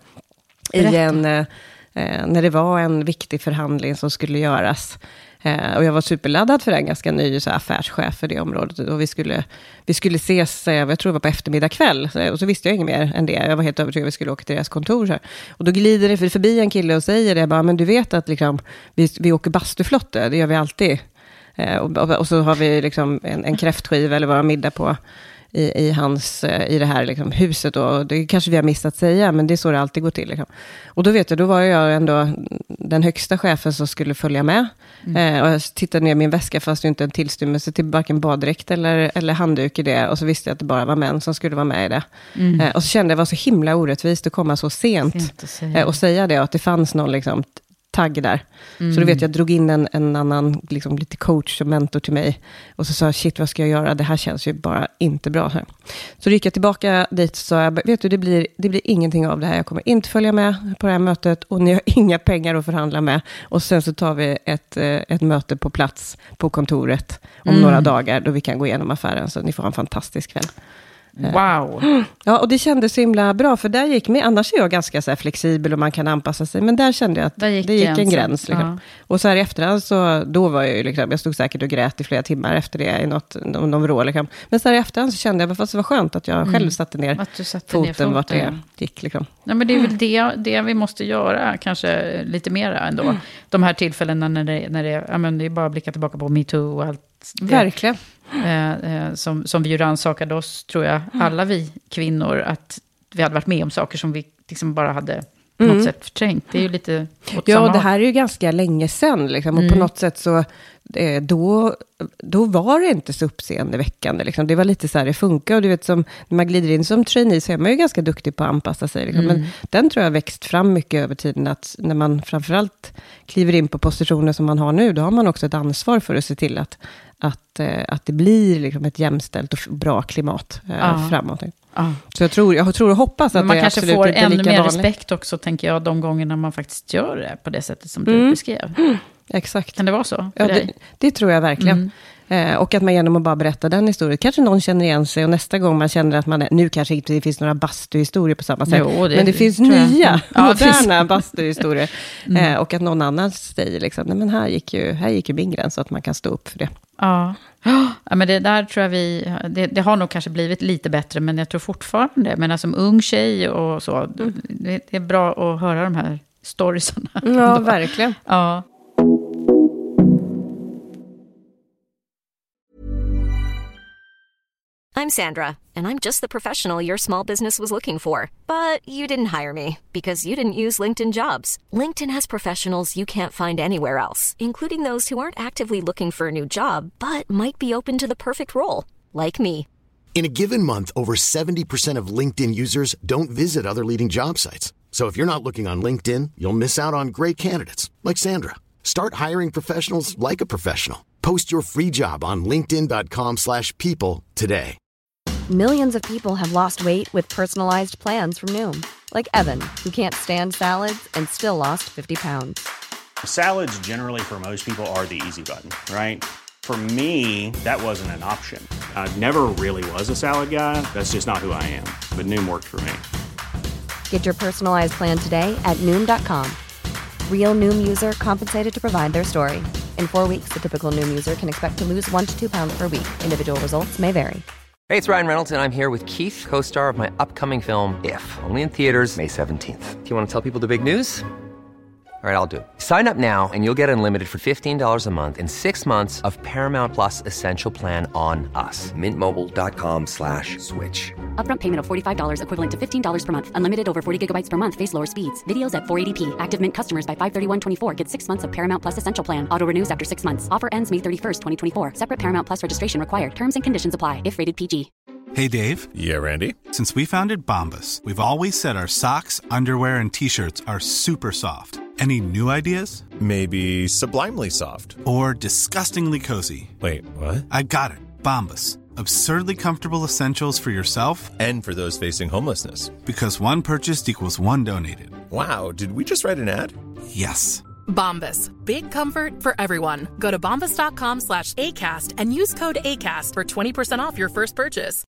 I en... Uh, när det var en viktig förhandling som skulle göras. Eh, och jag var superladdad för en ganska ny så här, affärschef för det området. Och vi skulle, vi skulle ses, eh, jag tror det var på eftermiddag kväll. Så, och så visste jag inget mer än det. Jag var helt övertygad att vi skulle åka till deras kontor. Så här. Och då glider det förbi en kille och säger det. Bara, men du vet att liksom, vi, vi åker bastuflotte, det gör vi alltid. Eh, och, och, och så har vi liksom en, en kräftskiva eller våra middag på... I, i, hans, i det här liksom, huset då. Det kanske vi har missat säga, men det är så det alltid går till. Liksom. Och då vet jag, då var jag ändå den högsta chefen som skulle följa med. Mm. Eh, och jag tittade ner i min väska fast det inte en tillstymmelse till varken baddräkt eller, eller handduk i det. Och så visste jag att det bara var män som skulle vara med i det. Mm. Eh, och så kände jag att det var så himla orättvist att komma så sent, sent säga. Eh, och säga det. Och att det fanns någon liksom... tagg där. Mm. Så då vet jag, jag drog in en, en annan liksom, lite coach och mentor till mig. Och så sa jag, shit vad ska jag göra? Det här känns ju bara inte bra. Här. Så gick jag tillbaka dit och sa, vet du, det blir, det blir ingenting av det här. Jag kommer inte följa med på det här mötet och ni har inga pengar att förhandla med. Och sen så tar vi ett, ett möte på plats på kontoret om mm. några dagar då vi kan gå igenom affären. Så ni får ha en fantastisk kväll. Wow. Ja, och det kändes så himla bra, för där gick mig, annars är jag ganska så här flexibel och man kan anpassa sig, men där kände jag att gick det gick en gräns. Liksom. Ja. Och så här i efterhand så, då var jag ju liksom, jag stod säkert och grät i flera timmar efter det i något, någon, någon vrå, liksom. Men så här i efterhand så kände jag, fast det var skönt att jag mm. själv satte ner satte foten, ner foten vart det gick. Liksom. Ja, men det är väl det, det vi måste göra, kanske lite mer ändå. Mm. De här tillfällena när det, när det, ja, men det är bara att blicka tillbaka på MeToo och allt. Det. Verkligen. Eh, eh, som, som vi ju rannsakade oss, tror jag, mm. alla vi kvinnor, att vi hade varit med om saker som vi liksom bara hade på något mm. sätt förträngt. Det är ju lite åt ja, samma och det här är ju ganska länge sedan. Liksom, och mm. på något sätt så eh, då, då var det inte så uppseendeväckande. Liksom. Det var lite så här, det funkar. Och du vet, som, när man glider in som trainee så är man ju ganska duktig på att anpassa sig. Liksom. Mm. Men den tror jag har växt fram mycket över tiden. Att när man framförallt kliver in på positioner som man har nu, då har man också ett ansvar för att se till att Att, att det blir liksom ett jämställt och bra klimat ja. framåt. Ja. Så jag tror, jag tror och hoppas att man det kanske absolut får inte är ännu lika mer vanligt. respekt också, tänker jag, de gångerna man faktiskt gör det på det sättet som mm. du beskrev. Mm. Exakt. Kan det vara så för ja, dig? Det, det tror jag verkligen. Mm. Eh, och att man genom att bara berätta den historien, kanske någon känner igen sig, och nästa gång man känner att man är, nu kanske inte det finns några bastuhistorier på samma sätt, jo, det, men det finns nya, ja, moderna bastuhistorier. Mm. Eh, och att någon annan säger liksom, nej men här gick ju, här gick ju min gräns, så att man kan stå upp för det. Ja, Ja, men det där tror jag vi, det, det har nog kanske blivit lite bättre, men jag tror fortfarande, men som ung tjej och så, mm. det, det är bra att höra de här storiesarna. Ja, verkligen. Ja. I'm Sandra, and I'm just the professional your small business was looking for. But you didn't hire me because you didn't use LinkedIn Jobs. LinkedIn has professionals you can't find anywhere else, including those who aren't actively looking for a new job, but might be open to the perfect role, like me. In a given month, over seventy percent of LinkedIn users don't visit other leading job sites. So if you're not looking on LinkedIn, you'll miss out on great candidates like Sandra. Start hiring professionals like a professional. Post your free job on linkedin dot com slash people today. Millions of people have lost weight with personalized plans from Noom. Like Evan, who can't stand salads and still lost fifty pounds. Salads generally for most people are the easy button, right? For me, that wasn't an option. I never really was a salad guy. That's just not who I am. But Noom worked for me. Get your personalized plan today at Noom dot com. Real Noom user compensated to provide their story. In four weeks, the typical Noom user can expect to lose one to two pounds per week. Individual results may vary. Hey, it's Ryan Reynolds, and I'm here with Keith, co-star of my upcoming film, If, only in theaters May seventeenth. Do you want to tell people the big news? All right, I'll do it. Sign up now and you'll get unlimited for fifteen dollars a month and six months of Paramount Plus Essential Plan on us. Mint Mobile dot com slash switch. Upfront payment of forty-five dollars equivalent to fifteen dollars per month. Unlimited over forty gigabytes per month. Face lower speeds. Videos at four eighty p. Active Mint customers by five thirty-one twenty-four get six months of Paramount Plus Essential Plan. Auto renews after six months. Offer ends May thirty-first, twenty twenty-four. Separate Paramount Plus registration required. Terms and conditions apply if rated P G. Hey, Dave. Yeah, Randy. Since we founded Bombas, we've always said our socks, underwear, and T-shirts are super soft. Any new ideas? Maybe sublimely soft. Or disgustingly cozy. Wait, what? I got it. Bombas. Absurdly comfortable essentials for yourself and for those facing homelessness. Because one purchased equals one donated. Wow, did we just write an ad? Yes. Bombas. Big comfort for everyone. Go to bombas dot com slash ACAST and use code ACAST for twenty percent off your first purchase.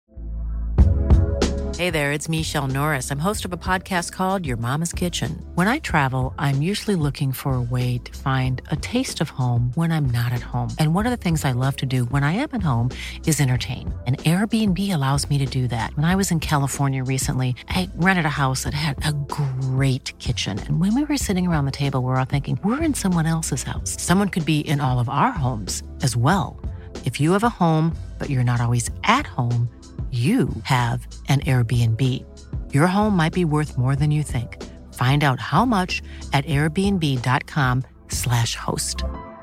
Hey there, it's Michelle Norris. I'm host of a podcast called Your Mama's Kitchen. When I travel, I'm usually looking for a way to find a taste of home when I'm not at home. And one of the things I love to do when I am at home is entertain. And Airbnb allows me to do that. When I was in California recently, I rented a house that had a great kitchen. And when we were sitting around the table, we were all thinking, we're in someone else's house. Someone could be in all of our homes as well. If you have a home, but you're not always at home, you have an Airbnb. Your home might be worth more than you think. Find out how much at airbnb dot com slash host.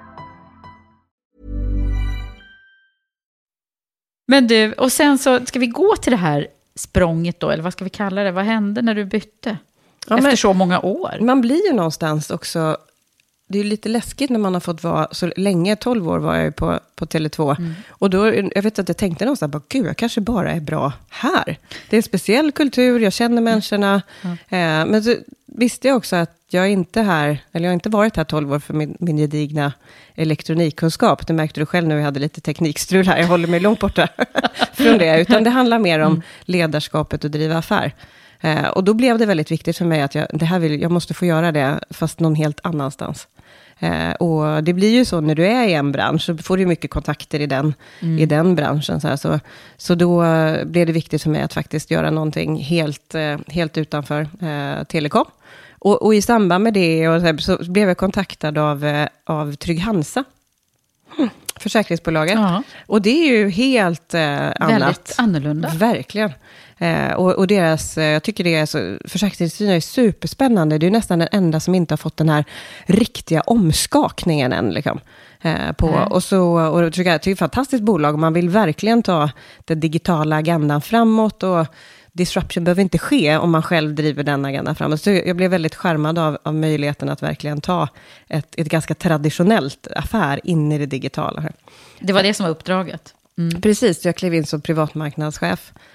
Men du, och sen så ska vi gå till det här språnget då, eller vad ska vi kalla det? Vad hände när du bytte? Ja, efter så många år. Man blir ju någonstans också. Det är ju lite läskigt när man har fått vara så länge, tolv år var jag ju på, på Tele två. Mm. Och då, jag vet att jag tänkte någonstans, bara, gud, jag kanske bara är bra här. Det är en speciell kultur, jag känner människorna. Mm. Eh, men så visste jag också att jag är inte här, eller jag har inte varit här tolv år för min, min gedigna elektronikkunskap. Det märkte du själv när vi hade lite teknikstrul här. Jag håller mig långt borta från det. Utan det handlar mer om mm. ledarskapet och driva affär. Eh, och då blev det väldigt viktigt för mig att jag, det här vill, jag måste få göra det, fast någon helt annanstans. Eh, och det blir ju så när du är i en bransch, så får du mycket kontakter i den, mm. i den branschen. Så, här, så, så då blev det viktigt för mig att faktiskt göra någonting helt, eh, helt utanför eh, telekom. Och, och i samband med det och så, här, så blev jag kontaktad av, eh, av Trygg Hansa. Hmm. Försäkringsbolaget. Ja. Och det är ju helt eh, annat. Väldigt annorlunda. Verkligen. Eh, och, och deras, eh, jag tycker det är så, försäkringsindustrin är superspännande. Det är ju nästan den enda som inte har fått den här riktiga omskakningen än. Liksom, eh, på. Mm. Och så, och jag tycker det är ett fantastiskt bolag och man vill verkligen ta den digitala agendan framåt och disruption behöver inte ske om man själv driver den agendan framåt. Så jag blev väldigt charmad av, av möjligheten att verkligen ta ett, ett ganska traditionellt affär in i det digitala. Det var det som var uppdraget. Mm. Precis, jag klev in som privatmarknadschef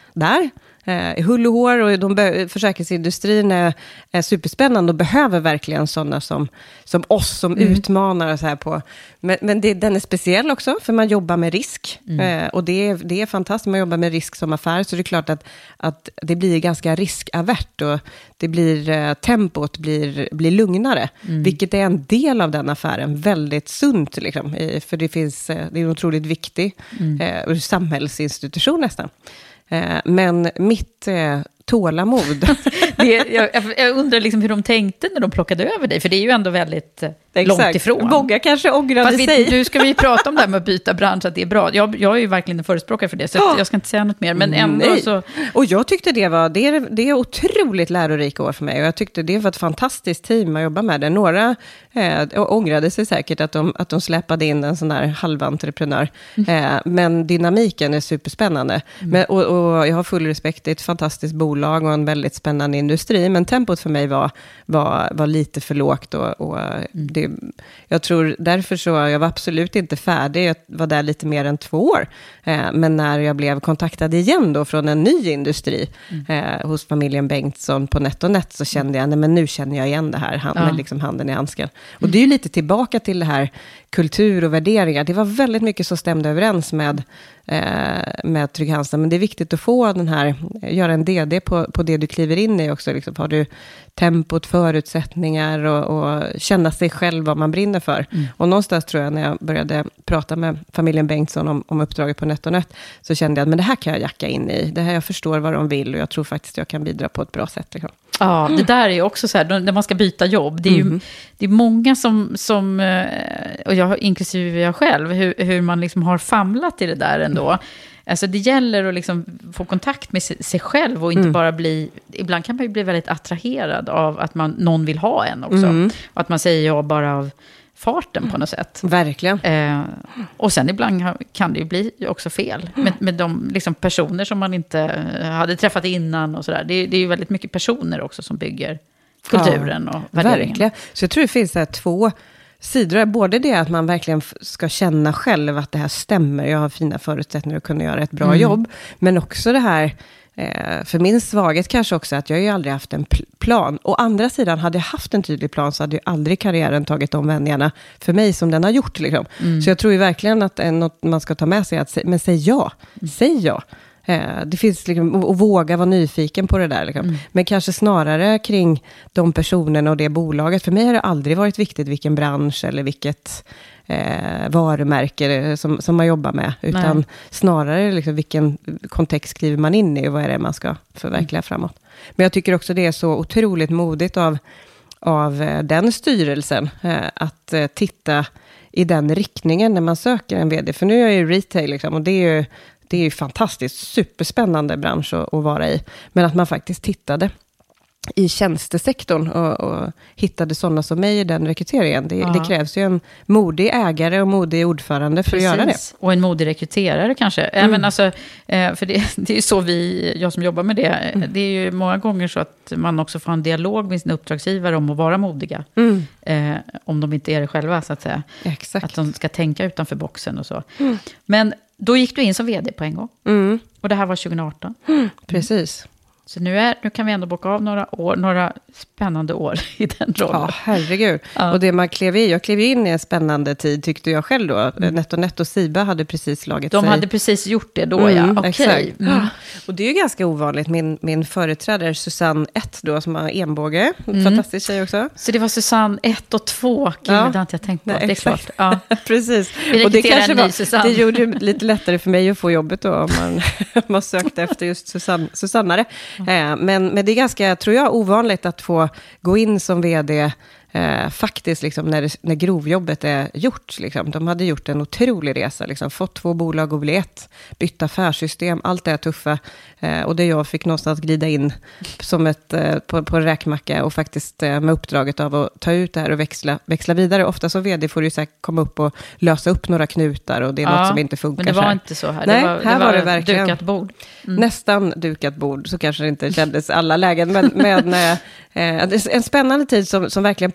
där. Eh, hull och hår, och de be- försäkringsindustrin är, är superspännande och behöver verkligen sådana som, som oss som mm. utmanar och så här på. Men, men det, den är speciell också, för man jobbar med risk. Mm. Eh, och det är, det är fantastiskt, man jobbar med risk som affär, så det är klart att, att det blir ganska riskavert och det blir, eh, tempot blir, blir lugnare. Mm. Vilket är en del av den affären, väldigt sunt liksom, i, för det finns, eh, det är en otroligt viktig mm. eh, samhällsinstitution nästan. Men mitt eh, tålamod... det, jag, jag undrar liksom hur de tänkte när de plockade över dig. För det är ju ändå väldigt eh, långt ifrån. Många kanske ångrade vi, sig. Nu ska vi prata om det här med att byta bransch, att det är bra. Jag, jag är ju verkligen en förespråkare för det, så oh. jag ska inte säga något mer. Men ändå Nej. så... Och jag tyckte det var... Det är, det är otroligt lärorika år för mig. Och jag tyckte det var ett fantastiskt team att jobba med det. Några eh, ångrade sig säkert att de, att de släppade in en sån där halventreprenör. Mm. Eh, men dynamiken är superspännande. Mm. Men, och, och jag har full respekt. Det är ett fantastiskt bolag och en väldigt spännande industri. Men tempot för mig var, var, var lite för lågt. Och, och mm. det, jag tror därför så, jag var absolut inte färdig. Jag var där lite mer än två år. Eh, men när jag blev kontaktad igen då från en ny industri mm. eh, hos familjen Bengtsson på NetOnNet, så kände jag, nej men nu känner jag igen det här. Hand, ja. Med liksom handen i handsken. Och mm. det är ju lite tillbaka till det här kultur och värderingar. Det var väldigt mycket som stämde överens med med Trygg-Hansa, men det är viktigt att få den här, göra en D D på, på det du kliver in i också. Liksom, har du tempot, förutsättningar och, och känna sig själv vad man brinner för. Mm. Och någonstans tror jag när jag började prata med familjen Bengtsson om, om uppdraget på NetOnNet, så kände jag att men det här kan jag jacka in i. Det här, jag förstår vad de vill och jag tror faktiskt att jag kan bidra på ett bra sätt. Liksom. Ja, det där är ju också så här, när man ska byta jobb, det är ju mm. det är många som, som, och jag inklusive jag själv, hur, hur man liksom har famlat i det där ändå. Mm. Alltså det gäller att liksom få kontakt med sig själv och inte mm. bara bli, ibland kan man ju bli väldigt attraherad av att man, någon vill ha en också. Mm. Och att man säger ja bara av farten på något sätt. Verkligen. Eh, och sen ibland kan det ju bli också fel. Med, med de liksom personer som man inte hade träffat innan och sådär. Det, det är ju väldigt mycket personer också som bygger kulturen ja, och värderingen. Verkligen. Så jag tror det finns här två sidor. Både det att man verkligen ska känna själv att det här stämmer. Jag har fina förutsättningar att kunna göra ett bra mm. jobb. Men också det här, för min svaghet kanske också att jag har ju aldrig haft en plan. Å andra sidan, hade jag haft en tydlig plan så hade ju aldrig karriären tagit de vändningarna för mig som den har gjort. Liksom. Mm. Så jag tror ju verkligen att något man ska ta med sig att men säg ja. Mm. Säg ja. Det finns liksom, och våga vara nyfiken på det där. Liksom. Mm. Men kanske snarare kring de personerna och det bolaget. För mig har det aldrig varit viktigt vilken bransch eller vilket eh, varumärke som, som man jobbar med. Utan Nej. snarare liksom, vilken kontext skriver man in i och vad är det man ska förverkliga mm. framåt. Men jag tycker också det är så otroligt modigt av, av eh, den styrelsen eh, att eh, titta i den riktningen när man söker en vd. För nu är jag ju retail liksom, och det är ju Det är ju fantastiskt, superspännande bransch att, att vara i. Men att man faktiskt tittade i tjänstesektorn och, och hittade sådana som mig i den rekryteringen. Det, det krävs ju en modig ägare och modig ordförande för Precis. att göra det. Och en modig rekryterare kanske. Mm. Även alltså, för det, det är ju så vi, jag som jobbar med det, mm. det är ju många gånger så att man också får en dialog med sin uppdragsgivare om att vara modiga. Mm. Eh, om de inte är det själva så att säga. Exakt. Att de ska tänka utanför boxen och så. Mm. Men då gick du in som vd på en gång. Mm. Och det här var tjugo arton. Mm. Precis. Så nu, är, nu kan vi ändå bocka av några år, några spännande år i den rollen. Ja, herregud. Ja. Och det man klev i, jag klev in i en spännande tid tyckte jag själv då. Mm. NetOnNet och Siba hade precis slagit De sig. De hade precis gjort det då, mm, ja. Okej. Okay. Mm. Ja. Och det är ju ganska ovanligt. Min, min företrädare Susanne ett då, som har enbåge. Mm. Fantastisk tjej också. Så det var Susanne ett och två. Gud, ja. Det har inte jag tänkt på. Nej, det är klart. Ja. Precis. Vi och det kanske var, det gjorde det lite lättare för mig att få jobbet då. Om man, man sökte efter just Susanne, Susannare. Mm. Men, men det är ganska, tror jag, ovanligt att få gå in som vd eh, faktiskt liksom, när, när grovjobbet är gjort. Liksom. De hade gjort en otrolig resa, liksom, fått två bolag och bli ett, bytt affärssystem, allt det här tuffa. Eh, och det jag fick någonstans glida in som ett, eh, på, på en räkmacka och faktiskt eh, med uppdraget av att ta ut det här och växla, växla vidare. Ofta som vd får du säkert komma upp och lösa upp några knutar och det är ja, något som inte funkar. Men det var här. inte så här. Nej, det var, här det var, var det verkligen dukat bord. Mm. Nästan dukat bord, så kanske det inte kändes alla lägen. Men, men eh, en spännande tid som, som verkligen passade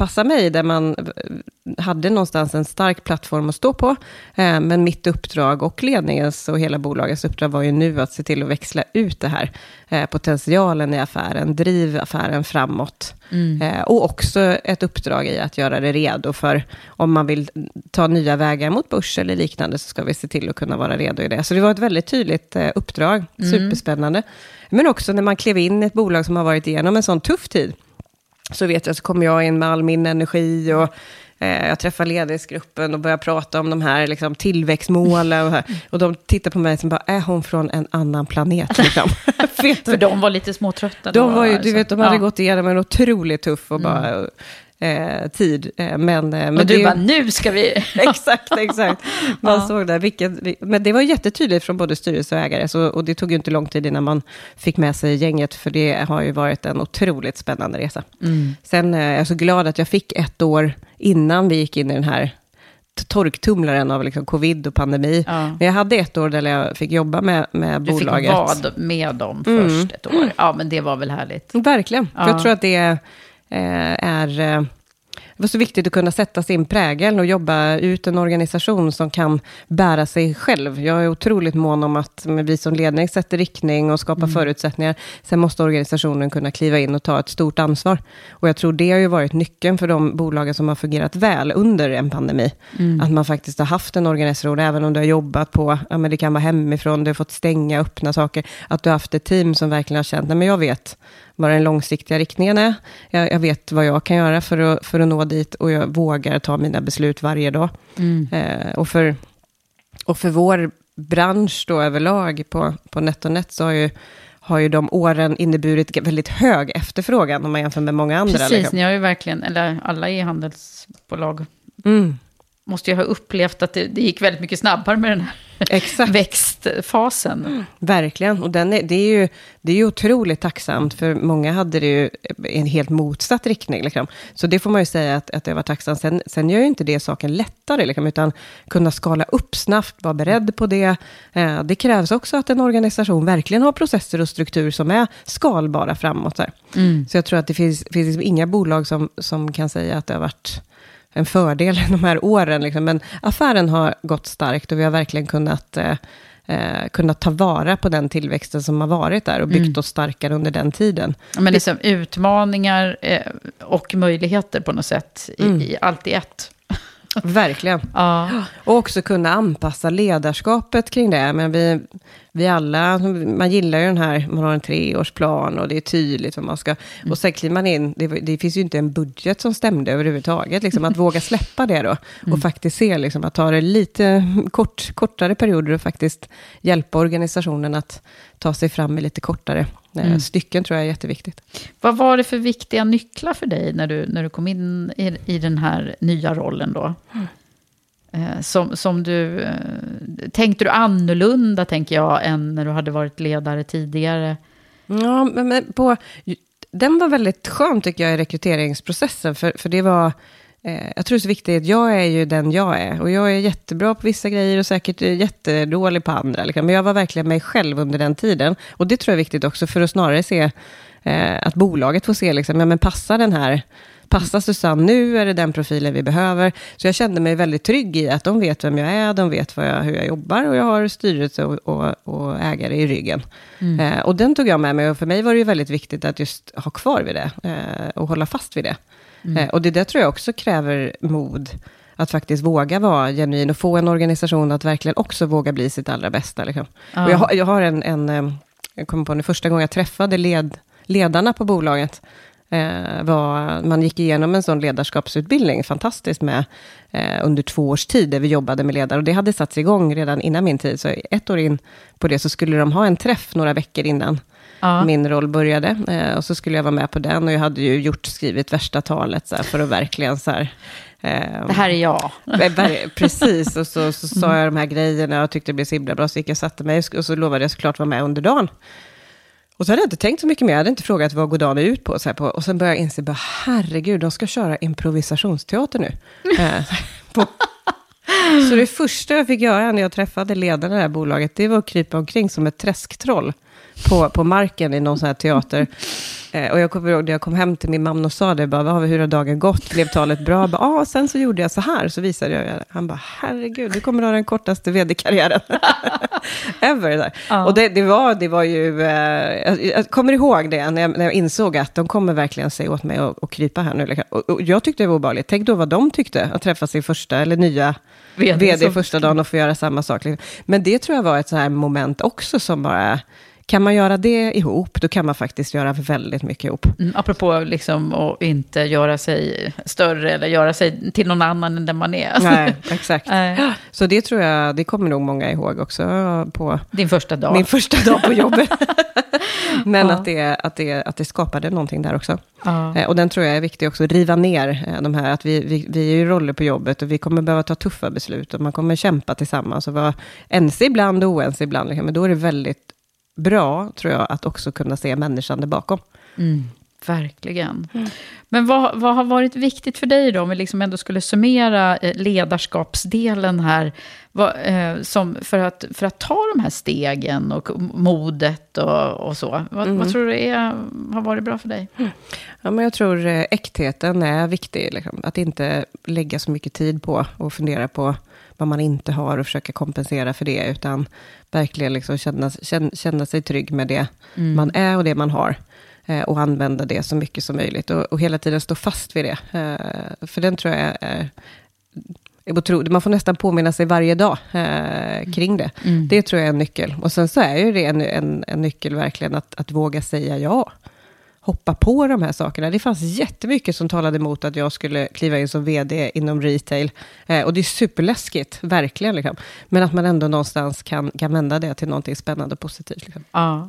passar mig, där man hade någonstans en stark plattform att stå på. Eh, men mitt uppdrag och ledningens och hela bolagets uppdrag var ju nu att se till att växla ut det här. Eh, potentialen i affären, driv affären framåt. Mm. Eh, och också ett uppdrag i att göra det redo för om man vill ta nya vägar mot börs eller liknande, så ska vi se till att kunna vara redo i det. Så det var ett väldigt tydligt eh, uppdrag, mm. superspännande. Men också när man klev in i ett bolag som har varit igenom en sån tuff tid, så vet jag, så kommer jag in med all min energi och eh, jag träffar ledningsgruppen och börjar prata om de här liksom, tillväxtmålen och, här, och de tittar på mig som bara, är hon från en annan planet? Liksom. För de var lite småtrötta. De var ju, du vet, de hade ja. gått igenom en otroligt tuff och bara... Mm. Eh, tid. Eh, men, eh, men och du det, bara, nu ska vi... exakt, exakt. Man ja. såg där, vilket, men det var jättetydligt från både styrelse och ägare, så, och det tog ju inte lång tid innan man fick med sig gänget, för det har ju varit en otroligt spännande resa. Mm. Sen eh, är jag så glad att jag fick ett år innan vi gick in i den här torktumlaren av liksom covid och pandemi. Ja. Men jag hade ett år där jag fick jobba med, med du bolaget. Du fick vara med dem först mm. ett år. Ja, men det var väl härligt. Verkligen. Ja. Jag tror att det är är det var så viktigt att kunna sätta sin prägel och jobba ut en organisation som kan bära sig själv. Jag är otroligt mån om att vi som ledning sätter riktning och skapar mm. förutsättningar. Sen måste organisationen kunna kliva in och ta ett stort ansvar. Och jag tror det har ju varit nyckeln för de bolagen som har fungerat väl under en pandemi. Mm. Att man faktiskt har haft en organisation, även om du har jobbat på, ja men det kan vara hemifrån, du har fått stänga, öppna saker. Att du har haft ett team som verkligen har känt, nej men jag vet vad den långsiktiga riktningen är. Jag, jag vet vad jag kan göra för att, för att nå dit, och jag vågar ta mina beslut varje dag. Mm. Eh, och, för, och för vår bransch då överlag på, på NetOnNet, så har ju, har ju de åren inneburit väldigt hög efterfrågan om man jämför med många andra. Precis, liksom. Ni har ju verkligen, eller alla i handelsbolag mm. måste ju ha upplevt att det, det gick väldigt mycket snabbare med den här Exakt. växtfasen. Mm, verkligen, och den är, det, är ju, det är ju otroligt tacksamt, för många hade det ju en helt motsatt riktning. Liksom. Så det får man ju säga att, att det var tacksamt. Sen, sen gör ju inte det saken lättare, liksom, utan kunna skala upp snabbt, vara beredd på det. Eh, det krävs också att en organisation verkligen har processer och struktur som är skalbara framåt. Så, mm. så jag tror att det finns, finns liksom inga bolag som, som kan säga att det har varit en fördel de här åren. Liksom. Men affären har gått starkt och vi har verkligen kunnat, eh, kunnat ta vara på den tillväxten som har varit där och byggt mm. oss starkare under den tiden. Men liksom utmaningar eh, och möjligheter på något sätt i, mm. i allt i ett. Verkligen. Ja. Och också kunna anpassa ledarskapet kring det. Men vi, vi alla, man gillar ju den här, man har en treårsplan och det är tydligt vad man ska, mm. och sen kliver man in, det, det finns ju inte en budget som stämde överhuvudtaget, liksom att våga släppa det då, och mm. faktiskt se liksom, att ta det lite kort, kortare perioder och faktiskt hjälpa organisationen att ta sig fram med lite kortare mm. stycken, tror jag är jätteviktigt. Vad var det för viktiga nycklar för dig när du, när du kom in i, i den här nya rollen då? Mm. Som, som du, tänkte du annorlunda, tänker jag, än när du hade varit ledare tidigare? Ja, men, men på, den var väldigt skön, tycker jag, i rekryteringsprocessen. För, för det var, eh, jag tror det är så viktigt att jag är ju den jag är. Och jag är jättebra på vissa grejer och säkert jättedålig på andra. Liksom. Men jag var verkligen mig själv under den tiden. Och det tror jag är viktigt också, för att snarare se eh, att bolaget får se, liksom, ja men passar den här... Passar Susanne nu, är det den profilen vi behöver? Så jag kände mig väldigt trygg i att de vet vem jag är, de vet vad jag, hur jag jobbar, och jag har styrelse och, och, och ägare i ryggen. Mm. Eh, och den tog jag med mig, och för mig var det ju väldigt viktigt att just ha kvar vid det eh, och hålla fast vid det. Mm. Eh, och det där tror jag också kräver mod, att faktiskt våga vara genuin och få en organisation att verkligen också våga bli sitt allra bästa. Liksom. Ja. Och jag, har, jag har en, en, jag kommer på den första gången jag träffade led, ledarna på bolaget, Eh, var, man gick igenom en sån ledarskapsutbildning, fantastiskt, med eh, under två års tid där vi jobbade med ledare, och det hade satts igång redan innan min tid, så ett år in på det så skulle de ha en träff några veckor innan ja. min roll började, eh, och så skulle jag vara med på den, och jag hade ju gjort, skrivit värsta talet så här, för att verkligen så här, eh, det här är jag. Precis, och så, så sa jag de här grejerna och tyckte det blev så himla bra, så gick jag och satte mig, och så lovade jag såklart vara med under dagen. Och så hade jag inte tänkt så mycket mer. Jag hade inte frågat vad går dagen ut på, så här på. Och sen började jag inse, bara, herregud, de ska köra improvisationsteater nu. eh, på. Så det första jag fick göra när jag träffade ledarna i det här bolaget, det var att krypa omkring som ett träsktroll. på, på marken i någon sån här teater. Eh, och jag kommer ihåg, jag kom hem till min mamma och sa det, bara, vad, hur har dagen gått? Blev talet bra? Ja, ah, sen så gjorde jag så här, så visade jag. Han bara, herregud, du kommer ha den kortaste vd-karriären ever. Där. Ja. Och det, det, var, det var ju, eh, jag, jag kommer ihåg det när jag, när jag insåg att de kommer verkligen säga åt mig och, och krypa här nu. Och, och jag tyckte det var obehagligt. Tänk då vad de tyckte, att träffa sin första eller nya V D, V D första dagen och få göra samma sak. Men det tror jag var ett så här moment också som bara... Kan man göra det ihop, då kan man faktiskt göra väldigt mycket ihop. Mm, apropå liksom att inte göra sig större eller göra sig till någon annan än den man är. Nej, exakt. äh. Så det tror jag, det kommer nog många ihåg också på... Din första dag. Min första dag på jobbet. Men ja. att, det, att, det, att det skapade någonting där också. Ja. Eh, och den tror jag är viktig också, riva ner eh, de här, att vi, vi, vi är ju roller på jobbet och vi kommer behöva ta tuffa beslut och man kommer kämpa tillsammans och vara ense ibland och oense ibland. Liksom. Men då är det väldigt bra, tror jag, att också kunna se människan där bakom. Mm, verkligen. Mm. Men vad, vad har varit viktigt för dig då, om vi liksom ändå skulle summera ledarskapsdelen här, vad, eh, som för, att, för att ta de här stegen och modet och, och så. Vad, mm. vad tror du är, har varit bra för dig? Mm. Ja, men jag tror eh, äktheten är viktig. Liksom. Att inte lägga så mycket tid på och fundera på vad man inte har och försöka kompensera för det, utan verkligen liksom känna, känna, känna sig trygg med det mm. man är och det man har eh, och använda det så mycket som möjligt och, och hela tiden stå fast vid det. Eh, för den tror jag är, är jag tror, man får nästan påminna sig varje dag eh, kring det. Mm. Det tror jag är en nyckel. Och sen så är ju det en, en, en nyckel verkligen att, att våga säga ja. Hoppa på de här sakerna. Det fanns jättemycket som talade emot att jag skulle kliva in som vd inom retail. Eh, och det är superläskigt, verkligen. Liksom. Men att man ändå någonstans kan, kan vända det till någonting spännande och positivt. Liksom. Ja.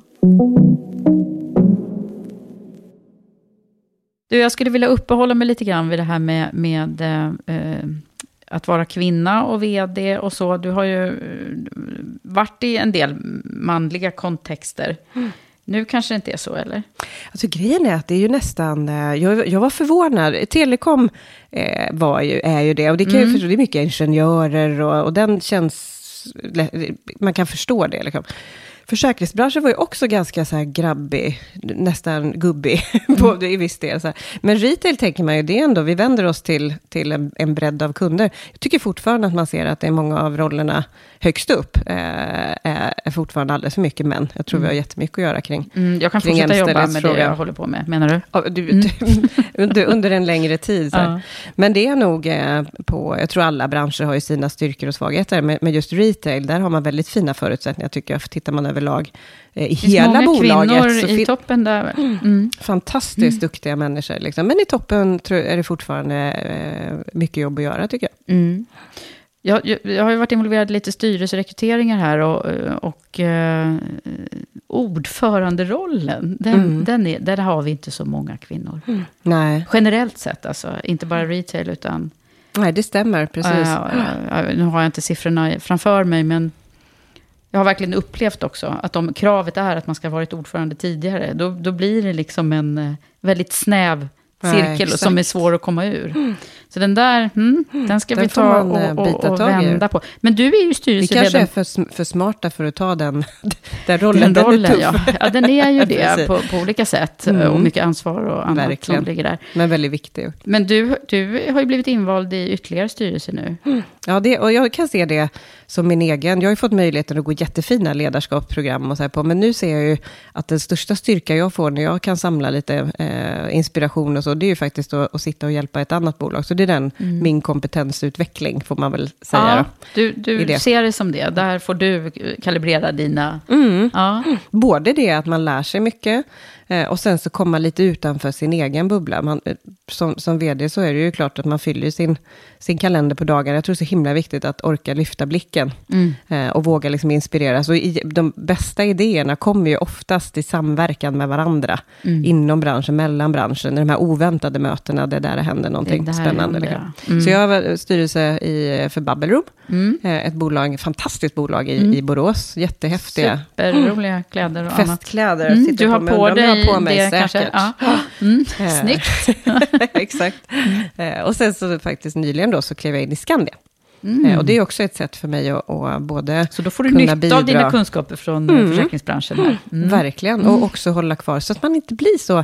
Du, jag skulle vilja uppehålla mig lite grann vid det här med, med eh, att vara kvinna och vd och så. Du har ju varit i en del manliga kontexter. Mm. Nu kanske det inte är så, eller? Alltså grejen är att det är ju nästan... Jag, jag var förvånad. Telekom eh, var ju, är ju det. Och det kan mm. jag förstå. Det är mycket ingenjörer och, och den känns... Man kan förstå det. Liksom. Försäkringsbranschen var ju också ganska så här grabbig, nästan gubbig på det i viss del. Så här. Men retail tänker man ju, det är ändå, vi vänder oss till, till en, en bredd av kunder. Jag tycker fortfarande att man ser att det är många av rollerna högst upp eh, är, är fortfarande alldeles för mycket män. Jag tror mm. vi har jättemycket att göra kring mm, Jag kan kring fortsätta jobba med det jag håller på med, menar du? Ja, du, mm. du under, under en längre tid. Så ja. Men det är nog eh, på, jag tror alla branscher har ju sina styrkor och svagheter, men, men just retail, där har man väldigt fina förutsättningar tycker jag, för tittar man överlag eh, i hela bolaget. Kvinnor så i fin- toppen där. Mm. Fantastiskt mm. duktiga människor. Liksom. Men i toppen tror, är det fortfarande eh, mycket jobb att göra, tycker jag. Mm. Jag, jag, jag har ju varit involverad i lite styrelserekryteringar här och, och eh, ordföranderollen, den, mm. den är, där har vi inte så många kvinnor. Mm. Nej. Generellt sett, alltså. Inte bara retail utan... Nej, det stämmer, precis. Äh, äh, nu har jag inte siffrorna framför mig, men jag har verkligen upplevt också att om kravet är att man ska ha varit ordförande tidigare, då, då blir det liksom en väldigt snäv cirkel ja, som är svår att komma ur. Mm. Så den där, mm, den ska den vi ta och, och, och vända på. Men du är ju styrelseledam. Vi kanske är för, för smarta för att ta den, den rollen. Den rollen, den är ja. ja. Den är ju det på, på olika sätt. Mm. Och mycket ansvar och annat verkligen. Som ligger där. Men väldigt viktigt. Men du, du har ju blivit invald i ytterligare styrelser nu. Mm. Ja, det, och jag kan se det som min egen. Jag har ju fått möjligheten att gå jättefina ledarskapsprogram och så här på. Men nu ser jag ju att den största styrka jag får när jag kan samla lite eh, inspiration och så, det är ju faktiskt att, att sitta och hjälpa ett annat bolag. Så det är den, mm. min kompetensutveckling får man väl säga. Ja, du du det. ser det som det. Där får du kalibrera dina... Mm. Ja. Både det att man lär sig mycket eh, och sen så komma lite utanför sin egen bubbla. Man, som, som vd så är det ju klart att man fyller sin, sin kalender på dagar. Jag tror det är så himla viktigt att orka lyfta blicken mm. eh, och våga liksom inspirera. Så i, de bästa idéerna kommer ju oftast i samverkan med varandra mm. inom branschen, mellan branschen. De här oväntade mötena, det där det händer någonting det spännande. Liksom. Mm. Så jag var styrelse i, för Bubble Room. Mm. Eh, ett bolag, fantastiskt bolag i, mm. i Borås. Jättehäftiga. Superroliga kläder och annat. Festkläder. Mm. Du har på, på dig på mig det säkert. Kanske. Ja. Mm. Snyggt. Exakt. Mm. Eh, och sen så faktiskt nyligen då så klev jag in i Skandia. Mm. Eh, och det är också ett sätt för mig att, att både Så då får du kunna nytta bidra. av dina kunskaper från mm. försäkringsbranschen här. Mm. Verkligen, och också hålla kvar så att man inte blir så...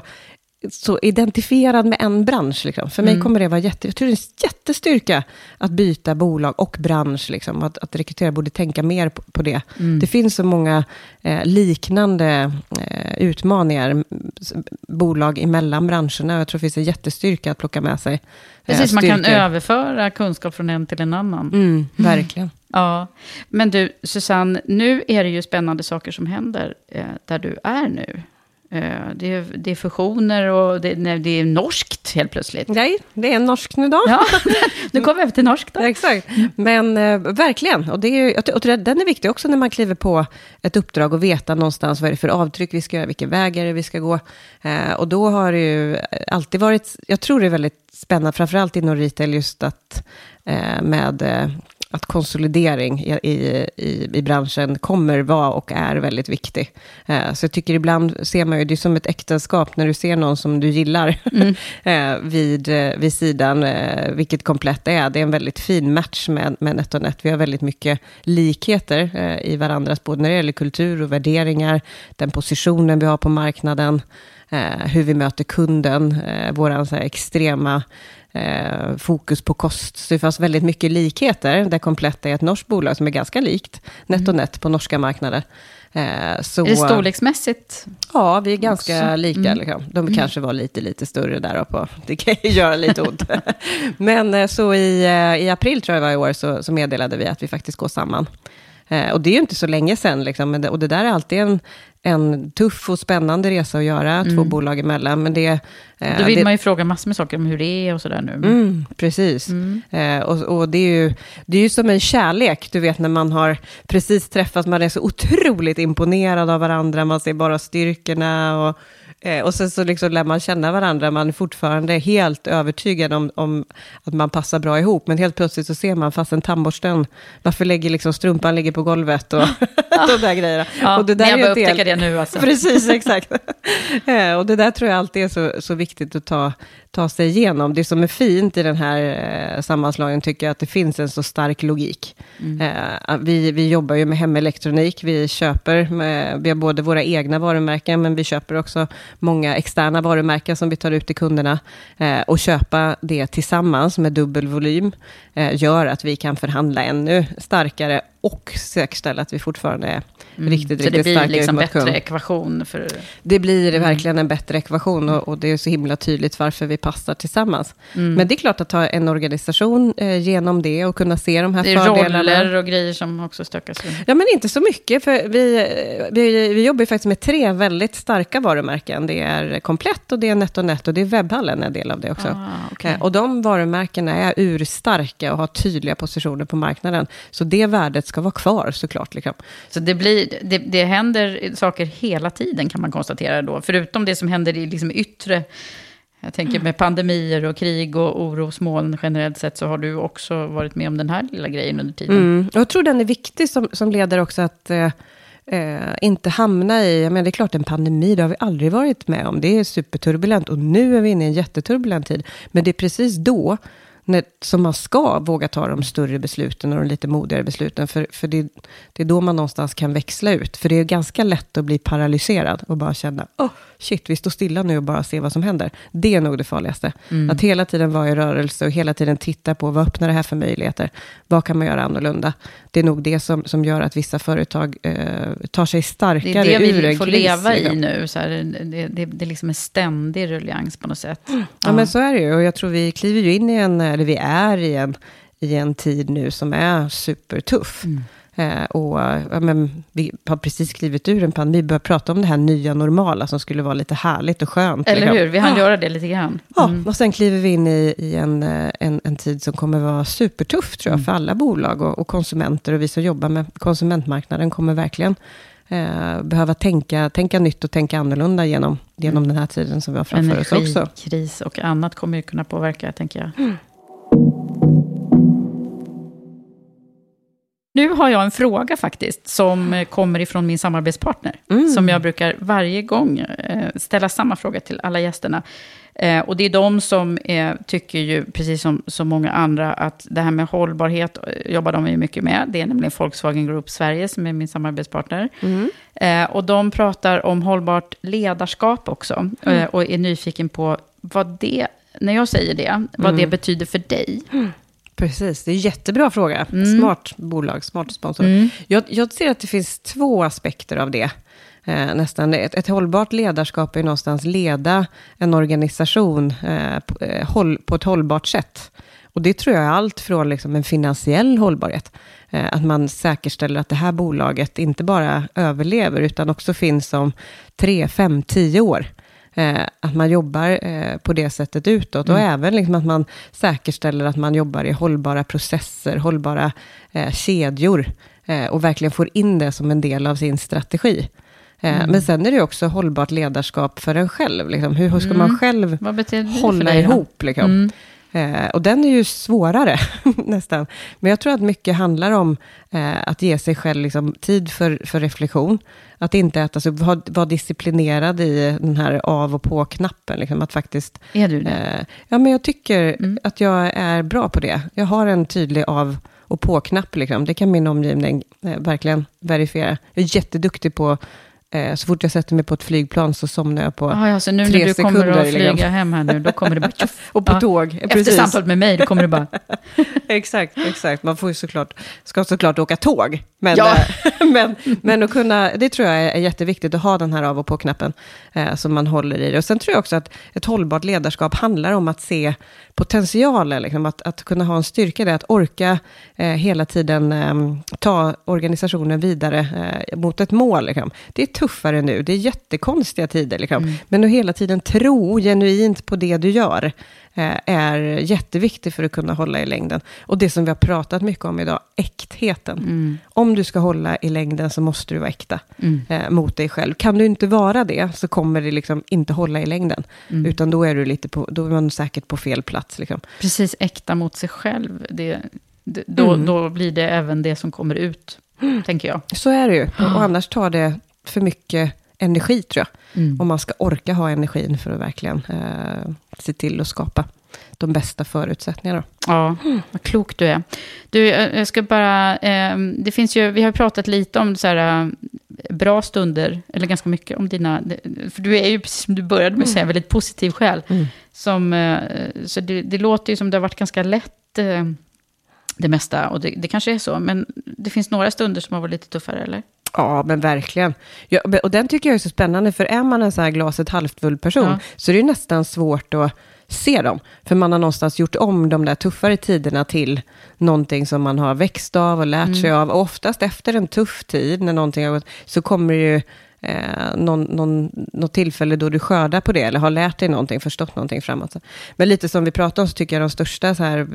så identifierad med en bransch. Liksom. För mig mm. kommer det vara jätte, jag tror det är en jättestyrka att byta bolag och bransch. Liksom. Att, att rekrytera borde tänka mer på, på det. Mm. Det finns så många eh, liknande eh, utmaningar, bolag emellan branscherna. Jag tror det finns en jättestyrka att plocka med sig. Precis, eh, man kan överföra kunskap från en till en annan. Mm, verkligen. Mm. Ja, men du Susanne, nu är det ju spännande saker som händer eh, där du är nu. Det är, det är fusioner och det, nej, det är norskt helt plötsligt. Nej, det är norskt nu då. Ja, nu kommer vi över till norskt då. Ja, exakt, men eh, verkligen. Och, det är, och den är viktig också när man kliver på ett uppdrag och veta någonstans vad är det för avtryck vi ska göra, vilken väg är det vi ska gå. Eh, och då har det ju alltid varit, jag tror det är väldigt spännande, framförallt inom retail, just att eh, med... Eh, att konsolidering i, i, i branschen kommer vara och är väldigt viktig. Eh, så jag tycker ibland ser man ju, det är som ett äktenskap när du ser någon som du gillar mm. eh, vid, vid sidan, eh, vilket komplett det är. Det är en väldigt fin match med, med NetOnNet. Vi har väldigt mycket likheter eh, i varandras, både när det gäller kultur och värderingar, den positionen vi har på marknaden, eh, hur vi möter kunden, eh, våran så här extrema Eh, fokus på kost. Så det fanns väldigt mycket likheter. Där Komplett är ett norskt bolag som är ganska likt NetOnNet på norska marknader. Eh, så, är det storleksmässigt? Ja, vi är ganska också lika. Mm. Liksom. De mm. kanske var lite, lite större där uppe. Det kan ju göra lite ont. Men eh, så i, eh, i april tror jag var i år så, så meddelade vi att vi faktiskt går samman. Eh, och det är ju inte så länge sedan. Liksom, men det, och det där är alltid en en tuff och spännande resa att göra, mm. två bolag emellan. Men det, eh, Då vill det, man ju fråga massor med saker om hur det är och sådär nu. Mm, precis. Mm. Eh, och och det, är ju, det är ju som en kärlek, du vet när man har precis träffats, man är så otroligt imponerad av varandra, man ser bara styrkorna och Och sen så liksom lär man känna varandra, man är fortfarande helt övertygad om, om att man passar bra ihop, men helt plötsligt så ser man fast en tandborsten, varför lägger liksom strumpan ligger på golvet och de där grejerna. Ja, och det där jag är bara upptäcka del... det nu alltså. Precis, exakt. Och det där tror jag alltid är så, så viktigt att ta, ta sig igenom. Det som är fint i den här eh, sammanslagningen tycker jag att det finns en så stark logik. Mm. Eh, vi, vi jobbar ju med hemelektronik, vi köper, med, vi har både våra egna varumärken, men vi köper också många externa varumärken som vi tar ut till kunderna. Eh, och köpa det tillsammans med dubbel volym eh, gör att vi kan förhandla ännu starkare och säkerställa att vi fortfarande är mm. riktigt, så riktigt starka. Så det blir liksom bättre kund. ekvation? För... Det blir mm. verkligen en bättre ekvation och, och det är så himla tydligt varför vi passar tillsammans. Mm. Men det är klart att ta en organisation eh, genom det och kunna se de här det är fördelarna. Det är roller och grejer som också stökas. Ja, men inte så mycket, för vi, vi, vi jobbar ju faktiskt med tre väldigt starka varumärken. Det är Komplett och det är NetOnNet och det är Webhallen en del av det också. Ah, okay. eh, och de varumärkena är urstarka och har tydliga positioner på marknaden. Så det värdet ska vara kvar såklart. Liksom. Så det, blir, det, det händer saker hela tiden kan man konstatera då. Förutom det som händer i liksom yttre, jag tänker med pandemier och krig och orosmoln generellt sett, så har du också varit med om den här lilla grejen under tiden. Mm. Jag tror den är viktig som, som leder också att eh, eh, inte hamna i, jag menar det är klart en pandemi, det har vi aldrig varit med om. Det är superturbulent och nu är vi inne i en jätteturbulent tid. Men det är precis då När, som man ska våga ta de större besluten och de lite modigare besluten. För, för det, det är då man någonstans kan växla ut. För det är ganska lätt att bli paralyserad och bara känna, åh oh, shit, vi står stilla nu och bara ser vad som händer. Det är nog det farligaste. Mm. Att hela tiden vara i rörelse och hela tiden titta på vad öppnar det här för möjligheter. Vad kan man göra annorlunda? Det är nog det som, som gör att vissa företag eh, tar sig starkare ur en kris. Det är det vi får leva i nu. Så här, det, det, det är liksom en ständig ruljans på något sätt. Mm. Ja, ja, men så är det ju. Och jag tror vi kliver ju in i en, eller vi är i en, i en tid nu som är supertuff. Mm. Eh, och ja, men, vi har precis klivit ur en pandemi. Vi börjar prata om det här nya normala som skulle vara lite härligt och skönt. Eller liksom. hur? Vi hann ja. göra det lite grann. Mm. Ja, och sen kliver vi in i, i en, en, en tid som kommer vara supertuff tror jag, mm. för alla bolag och, och konsumenter. Och vi som jobbar med konsumentmarknaden kommer verkligen eh, behöva tänka, tänka nytt och tänka annorlunda genom, genom mm. den här tiden som vi har framför oss också. Energikris och annat kommer ju kunna påverka, tänker jag. Mm. Nu har jag en fråga faktiskt som kommer ifrån min samarbetspartner. Mm. Som jag brukar varje gång eh, ställa samma fråga till alla gästerna. Eh, och det är de som eh, tycker ju, precis som så många andra, att det här med hållbarhet jobbar de ju mycket med. Det är nämligen Volkswagen Group Sverige som är min samarbetspartner. Mm. Eh, och de pratar om hållbart ledarskap också. Mm. Eh, och är nyfiken på vad det, när jag säger det, vad mm. det betyder för dig. Mm. Precis, det är en jättebra fråga. Mm. Smart bolag, smart sponsor. Mm. Jag, jag ser att det finns två aspekter av det. Eh, nästan. Ett, ett hållbart ledarskap är någonstans leda en organisation eh, på, eh, håll, på ett hållbart sätt. Och det tror jag är allt från liksom en finansiell hållbarhet. Eh, att man säkerställer att det här bolaget inte bara överlever utan också finns om tre, fem, tio år. Eh, att man jobbar eh, på det sättet utåt. Mm. Och även liksom att man säkerställer att man jobbar i hållbara processer, hållbara eh, kedjor. Eh, och verkligen får in det som en del av sin strategi. Eh, mm. Men sen är det också hållbart ledarskap för en själv. Liksom. Hur, hur ska mm. man själv hålla dig, ihop? Liksom? Mm. Eh, och den är ju svårare nästan. Men jag tror att mycket handlar om eh, att ge sig själv liksom, tid för, för reflektion. Att inte äta, alltså, vara var disciplinerad i den här av- och på-knappen. Liksom, att faktiskt, är du det? Eh, ja, men jag tycker mm. att jag är bra på det. Jag har en tydlig av- och på-knapp. Liksom. Det kan min omgivning eh, verkligen verifiera. Jag är jätteduktig på så fort jag sätter mig på ett flygplan så somnar jag på ah, ja, så nu tre när du sekunder. Kommer att flyga liksom. Hem här nu, då kommer det bara tjoff. Och på ja. tåg. Efter precis. samtalet med mig, då kommer det bara... exakt, exakt. Man får ju såklart, ska såklart åka tåg. Men, ja. men, men att kunna, det tror jag är jätteviktigt att ha den här av- och på-knappen eh, som man håller i det. Och sen tror jag också att ett hållbart ledarskap handlar om att se potentialen. Liksom, att, att kunna ha en styrka där, att orka eh, hela tiden eh, ta organisationen vidare eh, mot ett mål. Liksom. Det är tuffare nu, det är jättekonstiga tider. Liksom. Mm. Men att hela tiden tro genuint på det du gör eh, är jätteviktigt för att kunna hålla i längden. Och det som vi har pratat mycket om idag, äktheten. Mm. Om du ska hålla i längden så måste du vara äkta mm. eh, mot dig själv. Kan du inte vara det så kommer det liksom inte hålla i längden. Mm. Utan då är du lite på, då är man säkert på fel plats. Liksom. Precis, äkta mot sig själv. Det, det, då, mm. då blir det även det som kommer ut, mm. tänker jag. Så är det ju. Och, och annars tar det för mycket energi, tror jag. Mm. Om man ska orka ha energin för att verkligen eh, se till att skapa de bästa förutsättningarna. Ja, vad klok du är. Du, jag ska bara... Eh, det finns ju... Vi har pratat lite om så här, bra stunder, eller ganska mycket om dina... För du är ju, precis som du började med att säga, en väldigt positiv själ. Mm. Som, eh, så det, det låter ju som det har varit ganska lätt, eh, det mesta. Och det, det kanske är så, men det finns några stunder som har varit lite tuffare, eller? Ja, men verkligen. Ja, och den tycker jag är så spännande, för är man en så här glaset halvfull person ja. Så är det nästan svårt att se dem. För man har någonstans gjort om de där tuffare tiderna till någonting som man har växt av och lärt mm. sig av. Och oftast efter en tuff tid, när någonting har gått, så kommer det ju eh, någon, någon, något tillfälle då du skördar på det, eller har lärt dig någonting, förstått någonting framåt. Men lite som vi pratade om, så tycker jag de största så här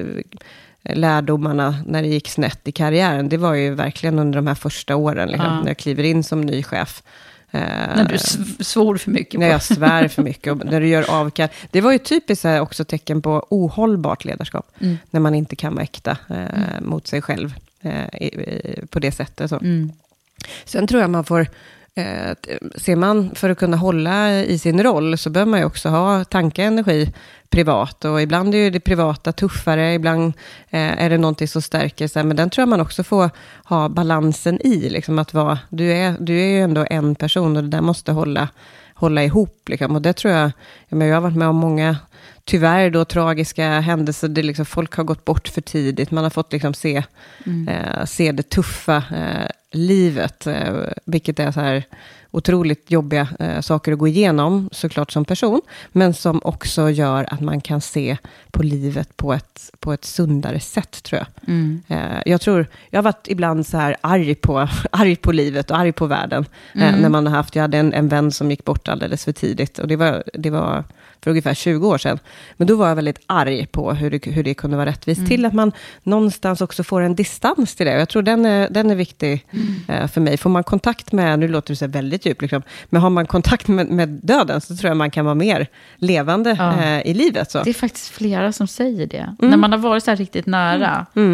lärdomarna när det gick snett i karriären, det var ju verkligen under de här första åren, liksom, ja. När jag kliver in som ny chef. Uh, när du svor för mycket. När jag svär för mycket och när du gör avkall. Det var ju typiskt här också tecken på ohållbart ledarskap. Mm. När man inte kan vara äkta uh, mm. mot sig själv uh, i, i, på det sättet. Så. Mm. Sen tror jag man får... Eh, ser man, för att kunna hålla i sin roll så behöver man ju också ha tankenergi privat, och ibland är ju det privata tuffare, ibland eh, är det någonting som stärker sig, men den tror jag man också får ha balansen i, liksom att vara, du är, du är ju ändå en person och det där måste hålla, hålla ihop liksom. Och det tror jag, jag, menar, jag har varit med om många tyvärr då tragiska händelser, det liksom, folk har gått bort för tidigt, man har fått liksom se, mm. eh, se det tuffa eh, livet, eh, vilket är så här otroligt jobbiga eh, saker att gå igenom såklart som person, men som också gör att man kan se på livet på ett, på ett sundare sätt, tror jag. Mm. Eh, jag tror, jag har varit ibland så här arg på, arg på livet och arg på världen, mm. eh, när man har haft, jag hade en, en vän som gick bort alldeles för tidigt, och det var, det var för ungefär tjugo år sedan. Men då var jag väldigt arg på hur det, hur det kunde vara rättvist. Mm. Till att man någonstans också får en distans till det. Jag tror den är, den är viktig mm. eh, för mig. Får man kontakt med, nu låter det så väldigt djupt, liksom, men har man kontakt med, med döden, så tror jag man kan vara mer levande ja. eh, i livet. Så. Det är faktiskt flera som säger det. Mm. När man har varit så här riktigt nära. Mm.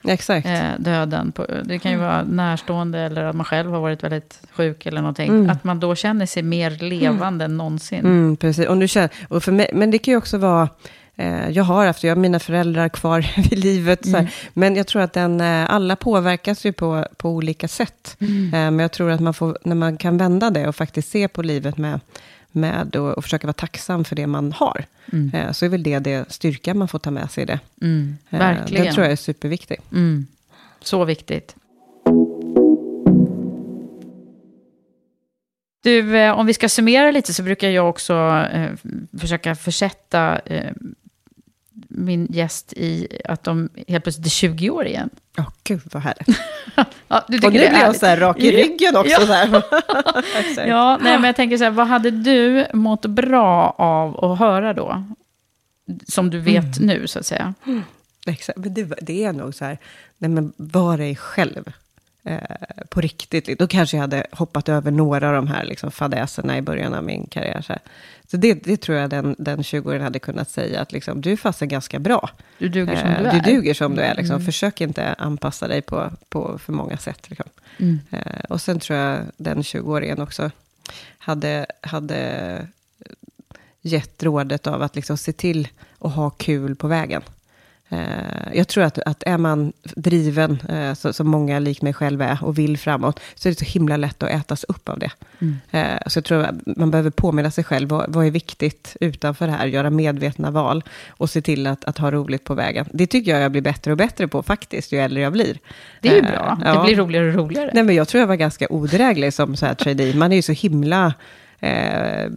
Exakt. Eh, döden. På, det kan ju vara närstående eller att man själv har varit väldigt sjuk eller någonting. Mm. Att man då känner sig mer levande mm. än någonsin. Mm, precis. Och du känner, och för mig, men det kan ju också vara... Eh, jag har haft, jag har mina föräldrar kvar i livet. Så här, mm. Men jag tror att den, eh, alla påverkas ju på, på olika sätt. Mm. Eh, men jag tror att man får, när man kan vända det och faktiskt se på livet med... med och, och försöka vara tacksam för det man har. Mm. Eh, så är väl det, det styrka man får ta med sig i det. Mm, verkligen. Eh, det tror jag är superviktigt. Mm. Så viktigt. Du, eh, om vi ska summera lite så brukar jag också eh, försöka försätta eh, min gäst i att de helt plötsligt är tjugo år igen. Åh, oh, gud vad härligt. Ja, du och nu blir jag så här rak i ryggen också. Ja, så här. ja nej, men jag tänker så här, vad hade du mått bra av att höra då? Som du vet mm. nu, så att säga. Mm. Exakt, men det, det är nog så här, nej men var dig själv. Eh, på riktigt. Då kanske jag hade hoppat över några av de här liksom, fadäserna i början av min karriär. Så, så det, det tror jag den, den tjugoåringen hade kunnat säga att liksom, du är fast ganska bra. Du duger som eh, du är. Du duger som du är. Liksom. Mm. Försök inte anpassa dig på, på för många sätt. Liksom. Mm. Eh, och sen tror jag den tjugoåringen också hade, hade gett rådet av att liksom, se till att ha kul på vägen. Jag tror att, att är man driven, så, som många lik mig själv är, och vill framåt, så är det så himla lätt att ätas upp av det. Mm. Så jag tror att man behöver påminna sig själv, vad, vad är viktigt utanför det här, göra medvetna val och se till att, att ha roligt på vägen. Det tycker jag jag blir bättre och bättre på faktiskt, ju äldre jag blir. Det är ju bra, ja. Det blir roligare och roligare. Nej, men jag tror jag var ganska odräglig som så här trainee. Man är ju så himla... Eh,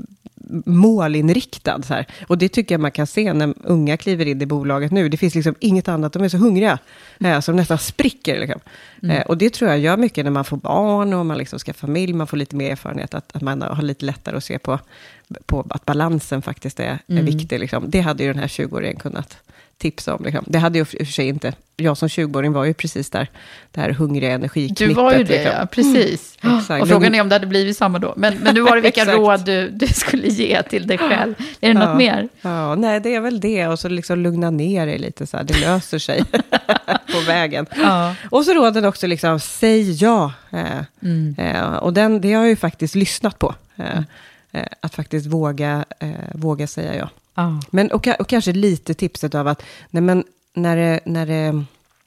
målinriktad så här. Och det tycker jag man kan se när unga kliver in i bolaget nu. Det finns liksom inget annat, de är så hungriga eh, som nästan spricker liksom. Mm. eh, och det tror jag gör mycket när man får barn och man liksom ska familj, man får lite mer erfarenhet, att, att man har lite lättare att se på, på att balansen faktiskt är, mm. är viktig liksom. Det hade ju den här tjugoåringen kunnat tipsa om liksom. Det hade ju för sig inte, jag som tjugoåring var ju precis där, det här hungriga energiknippet. Du var ju det, liksom. ja, precis. Mm. Exakt. Och frågan är om det hade blivit samma då. Men, men nu var det vilka råd du, du skulle ge till dig själv. Är det ja. något mer? Ja, nej, det är väl det. Och så liksom lugna ner dig lite så här. Det löser sig på vägen. Ja. Och så råden också liksom, säg ja. Eh, mm. eh, och den, det har jag ju faktiskt lyssnat på. Eh, mm. eh, att faktiskt våga, eh, våga säga ja. Oh. Men, och, och kanske lite tipset av att nej, men, när det, när det,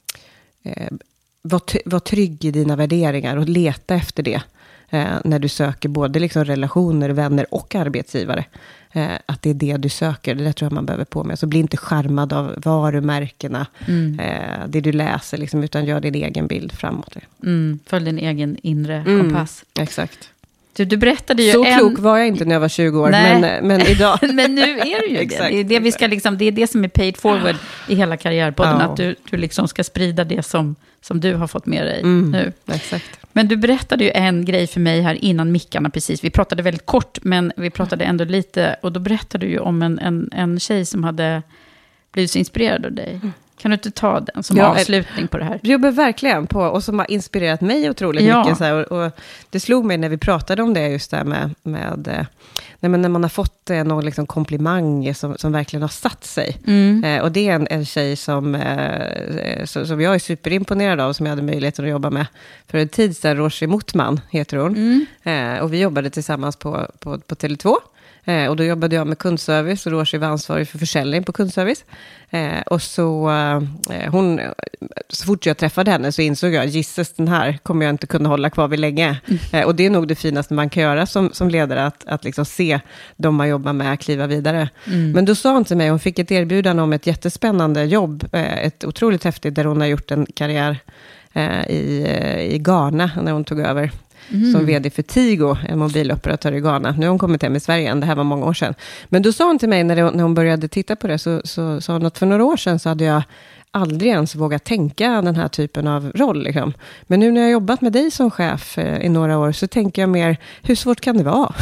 eh, var, var trygg i dina värderingar och leta efter det eh, när du söker både liksom relationer, vänner och arbetsgivare. Eh, att det är det du söker, det där tror jag man behöver på med. Så bli inte charmad av varumärkena, mm. eh, det du läser, liksom, utan gör din egen bild framåt. Mm. Följ din egen inre mm. kompass. Exakt. Du, du berättade ju så en... klok var jag inte när jag var tjugo år, men, men idag... men nu är du ju det. Det är det, vi ska liksom, det är det som är paid forward i hela karriärpodden, ja. Att du, du liksom ska sprida det som, som du har fått med dig mm, nu. Exakt. Men du berättade ju en grej för mig här innan mickarna precis. Vi pratade väldigt kort, men vi pratade ändå lite. Och då berättade du ju om en, en, en tjej som hade blivit så inspirerad av dig. Mm. Kan du inte ta den som ja, avslutning på det här? Jag jobbar verkligen på, och som har inspirerat mig otroligt ja. mycket. Så här, och, och det slog mig när vi pratade om det just där med, med nej, men när man har fått eh, någon liksom komplimang som, som verkligen har satt sig. Mm. Eh, och det är en, en tjej som, eh, som, som jag är superimponerad av, som jag hade möjligheten att jobba med för en tid sedan. Roshi Motman heter hon. Mm. Eh, och vi jobbade tillsammans på, på, på Tele två. Eh, och då jobbade jag med kundservice och Roshi var ansvarig för försäljning på kundservice. Eh, och så, eh, hon, så fort jag träffade henne så insåg jag, gissas den här kommer jag inte kunna hålla kvar vid länge. Mm. Eh, och det är nog det finaste man kan göra som, som ledare, att, att liksom se de man jobbar med kliva vidare. Mm. Men då sa hon till mig, hon fick ett erbjudande om ett jättespännande jobb, eh, ett otroligt häftigt, där hon har gjort en karriär eh, i, i Ghana när hon tog över. Mm. Som vd för Tigo, en mobiloperatör i Ghana. Nu har hon kommit hem i Sverige igen, det här var många år sedan. Men då sa hon till mig när, det, när hon började titta på det, så sa så, hon att för några år sedan så hade jag aldrig ens vågat tänka den här typen av roll. Liksom. Men nu när jag har jobbat med dig som chef eh, i några år, så tänker jag mer, hur svårt kan det vara?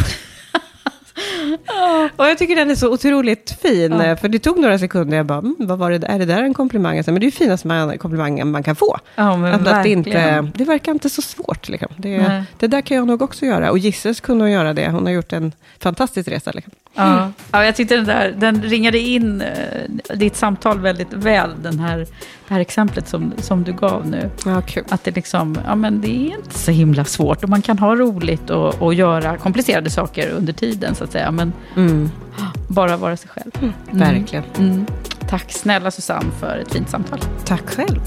Oh. Och jag tycker den är så otroligt fin. Oh. För det tog några sekunder. Jag bara, mm, vad var det? Är det där en komplimang? Men det är ju finaste man, komplimangen man kan få. Oh, att, att det, inte, det verkar inte så svårt. Liksom. Det, det där kan jag nog också göra. Och Gisses kunde hon göra det. Hon har gjort en fantastisk resa. Liksom. Ja. Mm. Ja, jag tyckte den där, den ringade in uh, ditt samtal väldigt väl. Den här det här exemplet som, som du gav nu. Ja, kul. Att det liksom, ja men det är inte så himla svårt. Och man kan ha roligt och, och göra komplicerade saker under tiden så att säga. Men mm. bara vara sig själv. Mm. Mm. Verkligen. Mm. Tack snälla Susanne för ett fint samtal. Tack själv.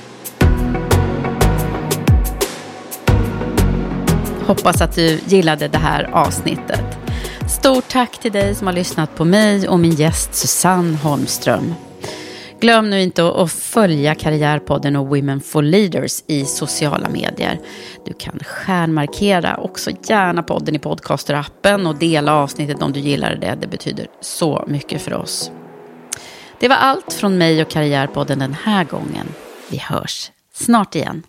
Hoppas att du gillade det här avsnittet. Stort tack till dig som har lyssnat på mig och min gäst Susanne Holmström. Glöm nu inte att följa Karriärpodden och Women for Leaders i sociala medier. Du kan stjärnmarkera också gärna podden i podcasterappen och dela avsnittet om du gillar det. Det betyder så mycket för oss. Det var allt från mig och Karriärpodden den här gången. Vi hörs snart igen.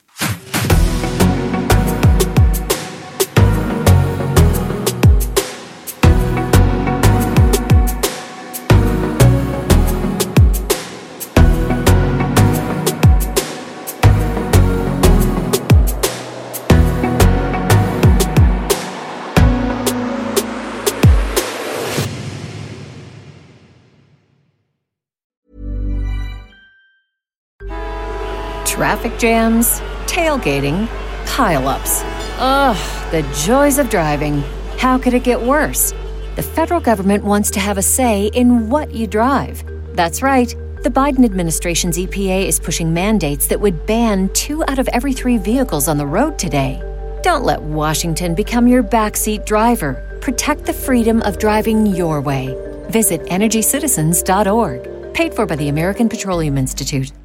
Traffic jams, tailgating, pile-ups. Ugh, the joys of driving. How could it get worse? The federal government wants to have a say in what you drive. That's right. The Biden administration's E P A is pushing mandates that would ban two out of every three vehicles on the road today. Don't let Washington become your backseat driver. Protect the freedom of driving your way. Visit energy citizens dot org. Paid for by the American Petroleum Institute.